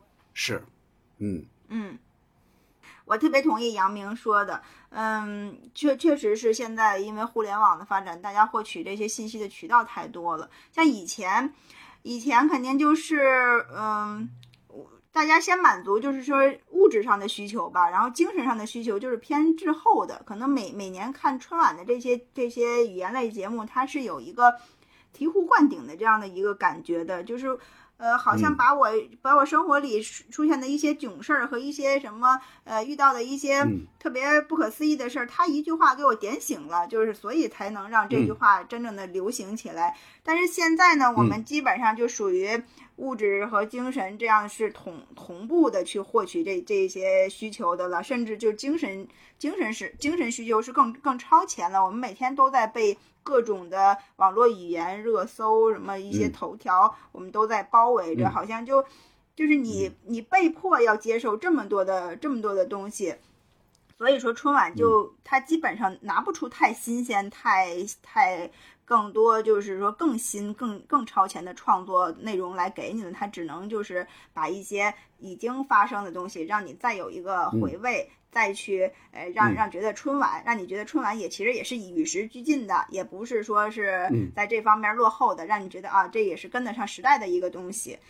我特别同意杨明说的，确实是现在因为互联网的发展，大家获取这些信息的渠道太多了。像以前肯定就是， 大家先满足就是说物质上的需求吧，然后精神上的需求就是偏滞后的。可能每年看春晚的这些语言类节目，它是有一个醍醐灌顶的这样的一个感觉的，就是好像把我生活里出现的一些囧事儿和一些什么遇到的一些特别不可思议的事儿，他一句话给我点醒了，就是所以才能让这句话真正的流行起来。但是现在呢，我们基本上就属于物质和精神这样是同步的去获取这些需求的了，甚至就精神需求是更超前了。我们每天都在被各种的网络语言热搜什么一些头条，我们都在包围着，好像就是你被迫要接受这么多的东西。所以说春晚就它基本上拿不出太新鲜太更多就是说更新更超前的创作内容来给你的，它只能就是把一些已经发生的东西让你再有一个回味，再去让你觉得春晚也其实也是与时俱进的，也不是说是在这方面落后的，让你觉得啊这也是跟得上时代的一个东西。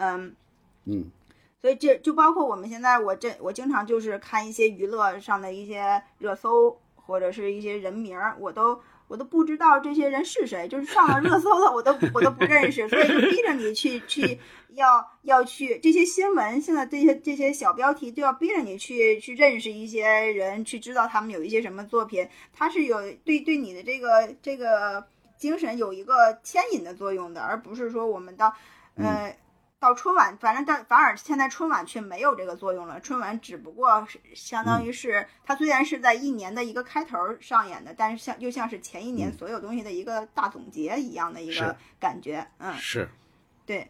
所以这就包括我们现在我经常就是看一些娱乐上的一些热搜或者是一些人名，我都不知道这些人是谁，就是上了热搜的我都不认识，所以就逼着你去要去这些新闻，现在这些小标题就要逼着你去认识一些人，去知道他们有一些什么作品，它是有对你的这个精神有一个牵引的作用的，而不是说我们到春晚，反而现在春晚却没有这个作用了。春晚只不过是相当于是它虽然是在一年的一个开头上演的，但是又像是前一年所有东西的一个大总结一样的一个感觉。 是， 对，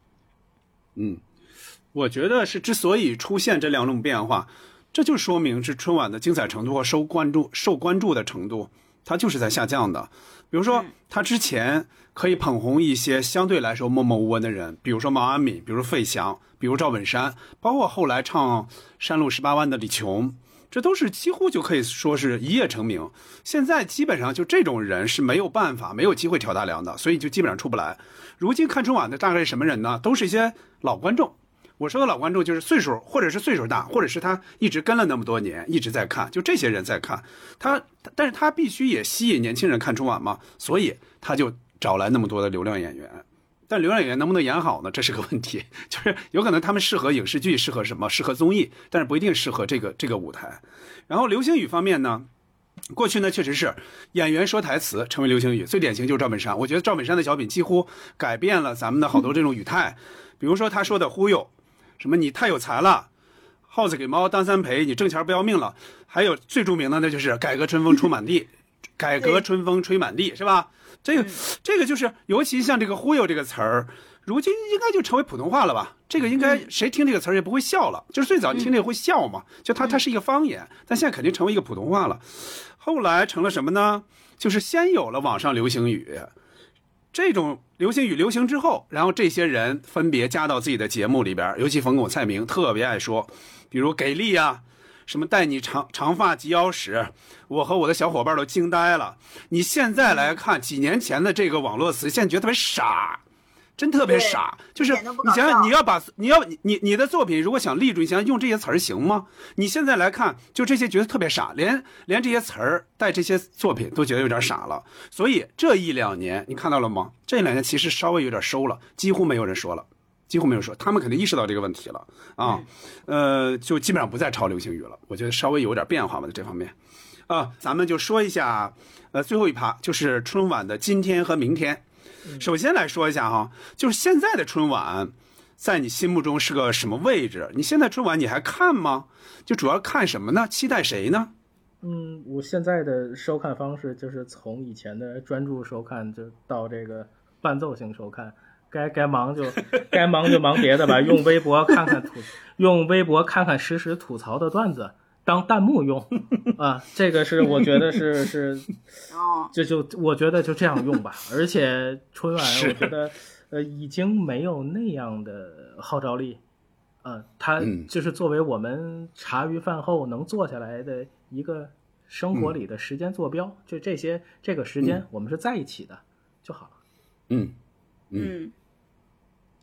我觉得是之所以出现这两种变化，这就说明是春晚的精彩程度和受关注的程度，它就是在下降的。比如说，他之前可以捧红一些相对来说默默无闻的人，比如说毛阿敏，比如费翔，比如赵本山，包括后来唱《山路18弯》的李琼，这都是几乎就可以说是一夜成名。现在基本上就这种人是没有办法、没有机会挑大梁的，所以就基本上出不来。如今看春晚的大概是什么人呢？都是一些老观众。我说的老观众就是岁数，或者是岁数大，或者是他一直跟了那么多年，一直在看，就这些人在看他，但是他必须也吸引年轻人看春晚嘛，所以他就找来那么多的流量演员。但流量演员能不能演好呢？这是个问题，就是有可能他们适合影视剧，适合什么？适合综艺，但是不一定适合这个舞台。然后流行语方面呢？过去呢，确实是演员说台词成为流行语，最典型就是赵本山。我觉得赵本山的小品几乎改变了咱们的好多这种语态，比如说他说的忽悠。什么你太有才了，耗子给猫当三陪，你挣钱不要命了。还有最著名的那就是改革春风吹满地，改革春风吹满地，是吧？这个就是，尤其像这个忽悠这个词儿，如今应该就成为普通话了吧？这个应该谁听这个词儿也不会笑了，就是最早听这个会笑嘛，就它是一个方言，但现在肯定成为一个普通话了。后来成了什么呢？就是先有了网上流行语。这种流行语流行之后，然后这些人分别加到自己的节目里边，尤其冯巩、蔡明特别爱说，比如给力啊，什么带你长发及腰时，我和我的小伙伴都惊呆了。你现在来看几年前的这个网络词，现在觉得特别傻，真特别傻。就是你想想，你的作品如果想立住，你想用这些词儿行吗？你现在来看，就这些觉得特别傻，连这些词儿带这些作品都觉得有点傻了。所以这一两年你看到了吗？这两年其实稍微有点收了，几乎没有人说了，几乎没有说，他们肯定意识到这个问题了啊。就基本上不再抄流行语了。我觉得稍微有点变化吧，在这方面。咱们就说一下，最后一趴就是春晚的今天和明天。首先来说一下哈，就是现在的春晚在你心目中是个什么位置？你现在春晚你还看吗？就主要看什么呢？期待谁呢？ 我现在的收看方式就是从以前的专注收看，就到这个伴奏型收看，该忙就忙别的吧，用微博看看实时吐槽的段子当弹幕用啊，这个是我觉得是就我觉得就这样用吧。而且春晚我觉得已经没有那样的号召力，它就是作为我们茶余饭后能坐下来的一个生活里的时间坐标，就这个时间我们是在一起的就好了。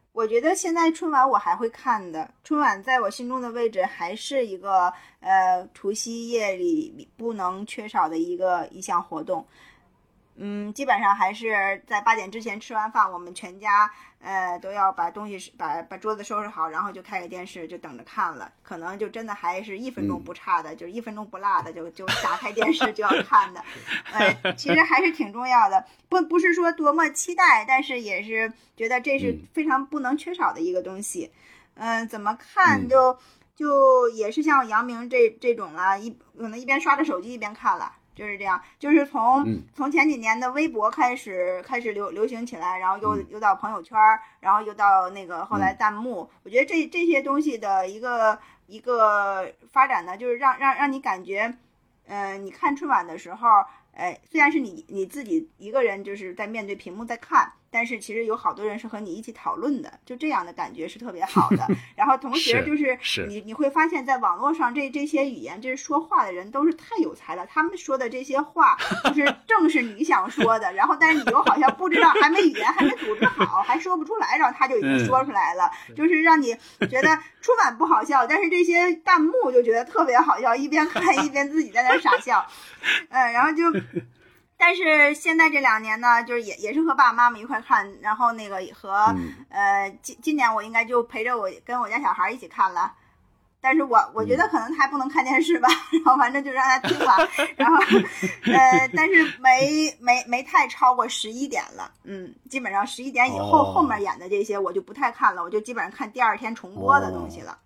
我觉得现在春晚我还会看的，春晚在我心中的位置还是一个除夕夜里不能缺少的一项活动。基本上还是在8点之前吃完饭，我们全家都要把东西把桌子收拾好，然后就开个电视就等着看了。可能就真的还是1分钟不差的，就是1分钟不落的就打开电视就要看的。其实还是挺重要的，不是说多么期待，但是也是觉得这是非常不能缺少的一个东西。怎么看就也是像杨明这种啊，可能一边刷着手机一边看了。就是这样，就是从前几年的微博开始流行起来，然后又到朋友圈，然后又到那个后来弹幕。我觉得这些东西的一个发展呢，就是让你感觉，你看春晚的时候，虽然是你自己一个人就是在面对屏幕在看，但是其实有好多人是和你一起讨论的，就这样的感觉是特别好的。然后同时就是你会发现在网络上这些语言，就是说话的人都是太有才了，他们说的这些话就是正是你想说的，然后但是你又好像不知道，还没语言还没组织好，还说不出来，然后他就已经说出来了，就是让你觉得春晚不好笑，但是这些弹幕就觉得特别好笑，一边看一边自己在那傻笑。然后但是现在这2年呢，就是也是和爸爸妈妈一块看，然后那个和今年我应该就陪着跟我家小孩一起看了，但是我觉得可能他还不能看电视吧，然后反正就让他听了，然后但是没太超过11点了，基本上11点以后面演的这些我就不太看了，我就基本上看第2天重播的东西了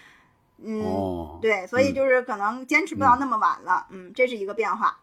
对，所以就是可能坚持不到那么晚了，这是一个变化。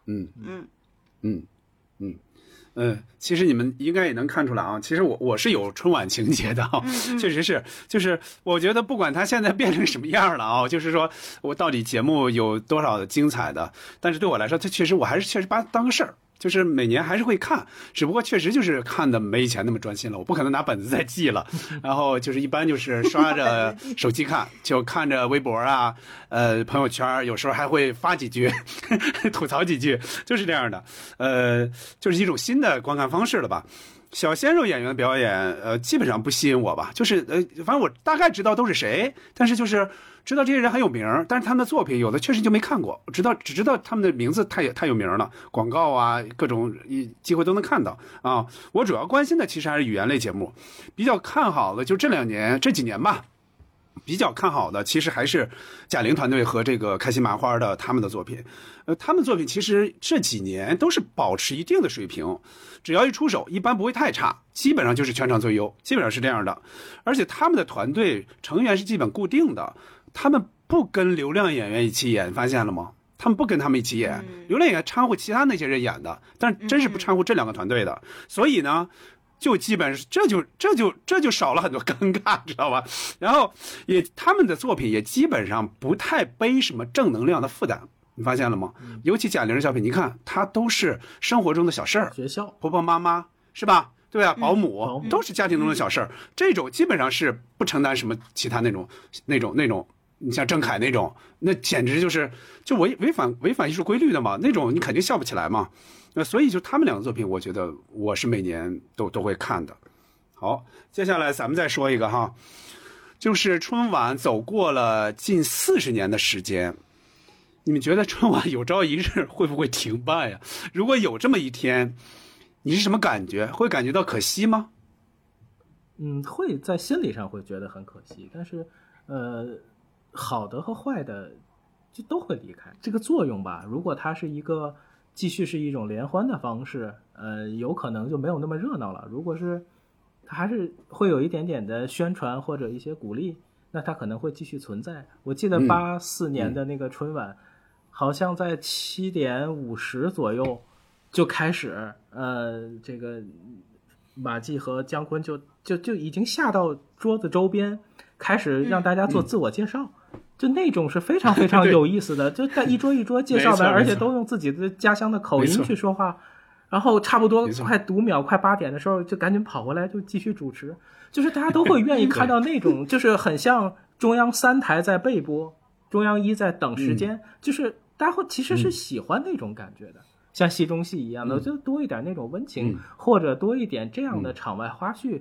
其实你们应该也能看出来啊，其实我是有春晚情节的啊，确实是，就是我觉得不管它现在变成什么样了啊，就是说我到底节目有多少的精彩的，但是对我来说，它确实我还是确实把它当个事儿。就是每年还是会看，只不过确实就是看的没以前那么专心了，我不可能拿本子再记了，然后就是一般就是刷着手机看，就看着微博啊，朋友圈，有时候还会发几句，吐槽几句，就是这样的，就是一种新的观看方式了吧。小鲜肉演员的表演，基本上不吸引我吧，就是反正我大概知道都是谁，但是就是知道这些人很有名，但是他们的作品有的确实就没看过，只知道他们的名字太有名了，广告啊各种机会都能看到啊。我主要关心的其实还是语言类节目，比较看好的就这几年吧。比较看好的其实还是贾玲团队和这个开心麻花的他们的作品，他们作品其实这几年都是保持一定的水平，只要一出手一般不会太差，基本上就是全场最优，基本上是这样的。而且他们的团队成员是基本固定的，他们不跟流量演员一起演，发现了吗？他们不跟他们一起演，流量演员掺和其他那些人演的，但真是不掺和这2个团队的，所以呢就基本这就少了很多尴尬，知道吧？然后他们的作品也基本上不太背什么正能量的负担，你发现了吗？尤其贾玲的小品，你看她都是生活中的小事儿， 学校婆婆妈妈是吧？对啊，保姆都是家庭中的小事儿，这种基本上是不承担什么其他那种，你像郑恺那种，那简直就违反艺术规律的嘛，那种你肯定笑不起来嘛。那所以就他们2个作品，我觉得我是每年都会看的。好，接下来咱们再说一个哈，就是春晚走过了近40年的时间，你们觉得春晚有朝一日会不会停办呀？如果有这么一天，你是什么感觉？会感觉到可惜吗？ 会在心理上会觉得很可惜，但是好的和坏的就都会离开。这个作用吧，如果它是继续是一种联欢的方式，有可能就没有那么热闹了。如果是它还是会有一点点的宣传或者一些鼓励，那它可能会继续存在。我记得84年的那个春晚，好像在7点50左右就开始，这个马季和姜昆就已经下到桌子周边，开始让大家做自我介绍。就那种是非常非常有意思的，就在一桌一桌介绍完，而且都用自己的家乡的口音去说话，然后差不多快读秒快8点的时候就赶紧跑回来就继续主持，就是大家都会愿意看到那种就是很像中央3台在备播，中央1在等时间，就是大家会其实是喜欢那种感觉的，像戏中戏一样的，就多一点那种温情，或者多一点这样的场外花絮，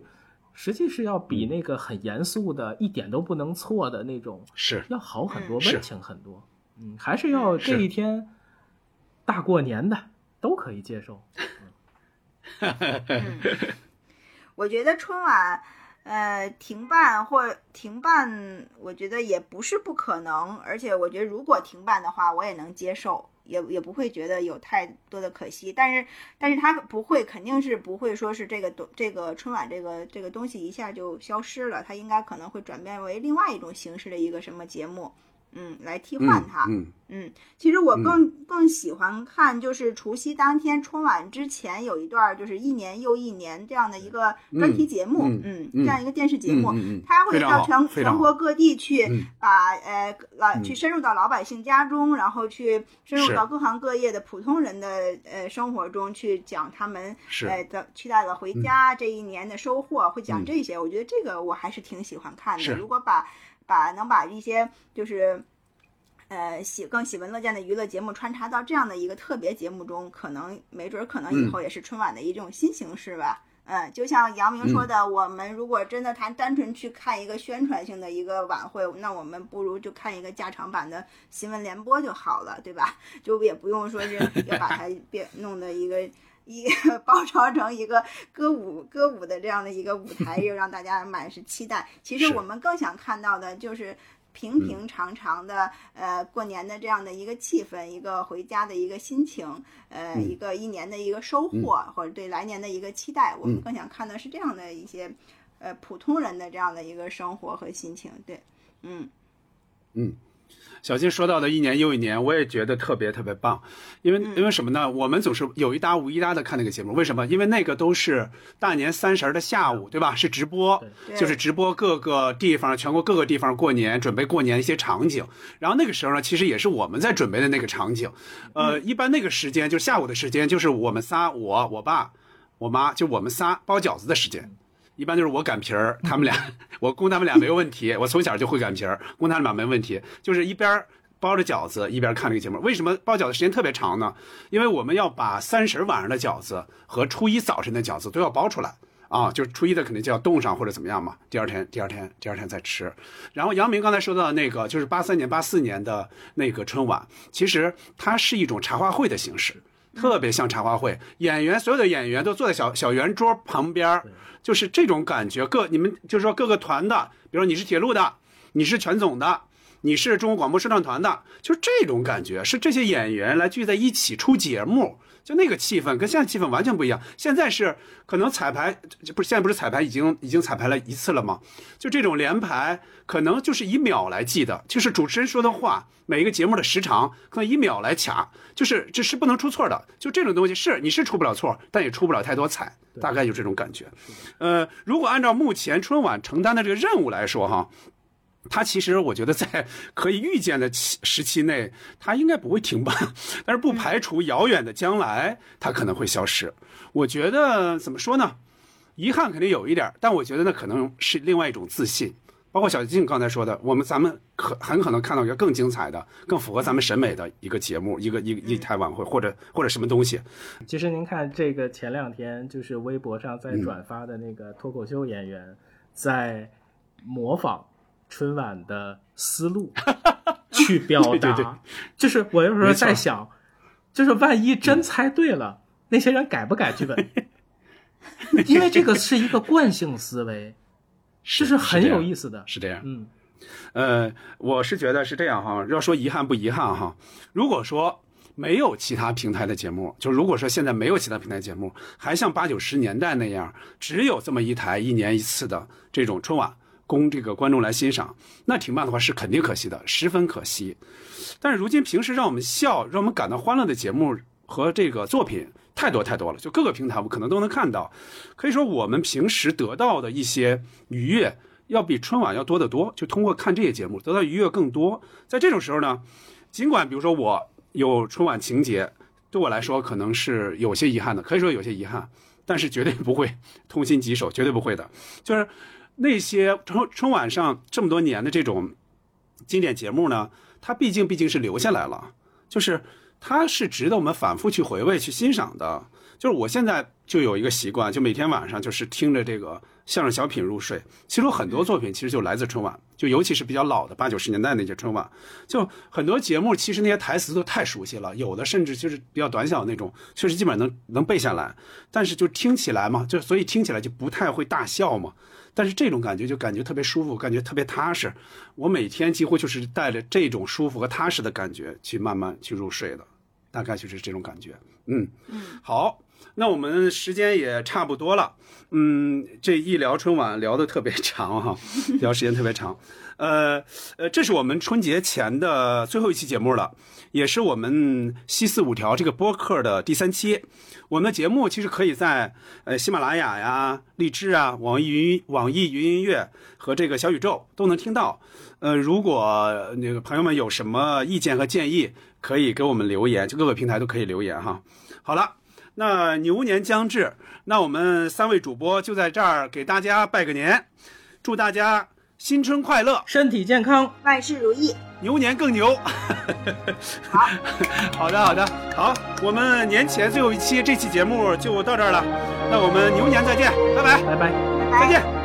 实际是要比那个很严肃的一点都不能错的那种是要好很多，温情很多。还是要这一天大过年的都可以接受。 我觉得春晚停办，我觉得也不是不可能，而且我觉得如果停办的话，我也能接受，也不会觉得有太多的可惜。但是它肯定是不会说是这个春晚这个东西一下就消失了，它应该可能会转变为另外一种形式的一个什么节目。来替换它。其实我更喜欢看，就是除夕当天春晚之前有一段，就是一年又一年这样的一个专题节目，这样一个电视节目，它会到全国各地去把去深入到老百姓家中，然后去深入到各行各业的普通人的生活中去讲他们期待的回家这一年的收获，会讲这些。我觉得这个我还是挺喜欢看的。如果能把一些就是更喜闻乐见的娱乐节目穿插到这样的一个特别节目中，没准以后也是春晚的一种新形式吧。就像杨明说的，我们如果真的单纯去看一个宣传性的一个晚会，那我们不如就看一个加长版的新闻联播就好了，对吧？就也不用说是要把它弄的一个包装成一个歌舞的这样的一个舞台，又让大家满是期待。其实我们更想看到的就是平平常常的过年的这样的一个气氛，一个回家的一个心情，一年的一个收获，或者对来年的一个期待。我们更想看的是这样的一些普通人的这样的一个生活和心情。对， 小金说到的一年又一年，我也觉得特别特别棒，因为什么呢？我们总是有一搭无一搭的看那个节目，为什么？因为那个都是大年30的下午，对吧？是直播，就是直播各个地方，全国各个地方过年，准备过年一些场景。然后那个时候呢，其实也是我们在准备的那个场景。一般那个时间就是下午的时间，就是我们仨，我爸、我妈，就我们仨包饺子的时间。一般就是我擀皮儿，他们俩我供他们俩没有问题，我从小就会擀皮儿，供他们俩没问题。就是一边包着饺子一边看这个节目。为什么包饺子时间特别长呢？因为我们要把30晚上的饺子和初一早晨的饺子都要包出来啊，就是初一的肯定就要冻上或者怎么样嘛，第二天再吃。然后杨明刚才说到的那个就是84年的那个春晚，其实它是一种茶话会的形式，特别像茶话会，所有的演员都坐在小圆桌旁边，就是这种感觉。你们就是说各个团的，比如说你是铁路的，你是全总的，你是中国广播说唱团的，就是这种感觉，是这些演员来聚在一起出节目，就那个气氛跟现在气氛完全不一样。现在是可能彩排，现在不是彩排已经彩排了一次了吗？就这种连排可能就是以秒来计的，就是主持人说的话，每一个节目的时长可能以秒来卡，就是这是不能出错的。就这种东西你是出不了错，但也出不了太多彩，大概就这种感觉。如果按照目前春晚承担的这个任务来说哈，它其实我觉得在可以预见的时期内，它应该不会停办，但是不排除遥远的将来它可能会消失。我觉得怎么说呢？遗憾肯定有一点，但我觉得那可能是另外一种自信。包括小静刚才说的，咱们很可能看到一个更精彩的、更符合咱们审美的一个节目，一台晚会或者什么东西。 其实您看这个前2天就是微博上在转发的那个脱口秀演员在模仿春晚的思路去表达，对，就是我有时候在想，就是万一真猜对了，那些人改不改剧本？因为这个是一个惯性思维，这是很有意思的。 是这样，我是觉得是这样哈。要说遗憾不遗憾哈，如果说没有其他平台的节目，就如果说现在没有其他平台节目，还像80、90年代那样，只有这么一台1年1次的这种春晚供这个观众来欣赏，那停办的话是肯定可惜的，十分可惜。但是如今平时让我们笑、让我们感到欢乐的节目和这个作品太多了，就各个平台我们可能都能看到。可以说我们平时得到的一些愉悦要比春晚要多得多，就通过看这些节目得到愉悦更多。在这种时候呢，尽管比如说我有春晚情节，对我来说可能是有些遗憾的，可以说有些遗憾，但是绝对不会痛心疾首，绝对不会的。就是那些春晚上这么多年的这种经典节目呢，它毕竟是留下来了，就是它是值得我们反复去回味、去欣赏的。 就是我现在就有一个习惯，就每天晚上就是听着这个相声小品入睡。其实有很多作品其实就来自春晚，就尤其是比较老的80、90年代那些春晚，就很多节目其实那些台词都太熟悉了，有的甚至就是比较短小那种，确实基本上能背下来，但是就听起来嘛，就所以听起来就不太会大笑嘛。但是这种感觉就感觉特别舒服，感觉特别踏实。我每天几乎就是带着这种舒服和踏实的感觉去慢慢去入睡的，大概就是这种感觉。好，那我们时间也差不多了。这一聊春晚聊得特别长哈，聊时间特别长。这是我们春节前的最后一期节目了，也是我们西四五条这个播客的第3期。我们的节目其实可以在喜马拉雅呀、荔枝啊、网易云音乐和这个小宇宙都能听到。如果那个朋友们有什么意见和建议，可以给我们留言，就各个平台都可以留言哈。好了，那牛年将至，那我们3位主播就在这儿给大家拜个年，祝大家新春快乐， 身体健康， 万事如意， 牛年更牛。好的，好，我们年前最后一期这期节目就到这儿了，那我们牛年再见，拜拜， 拜拜， 再见。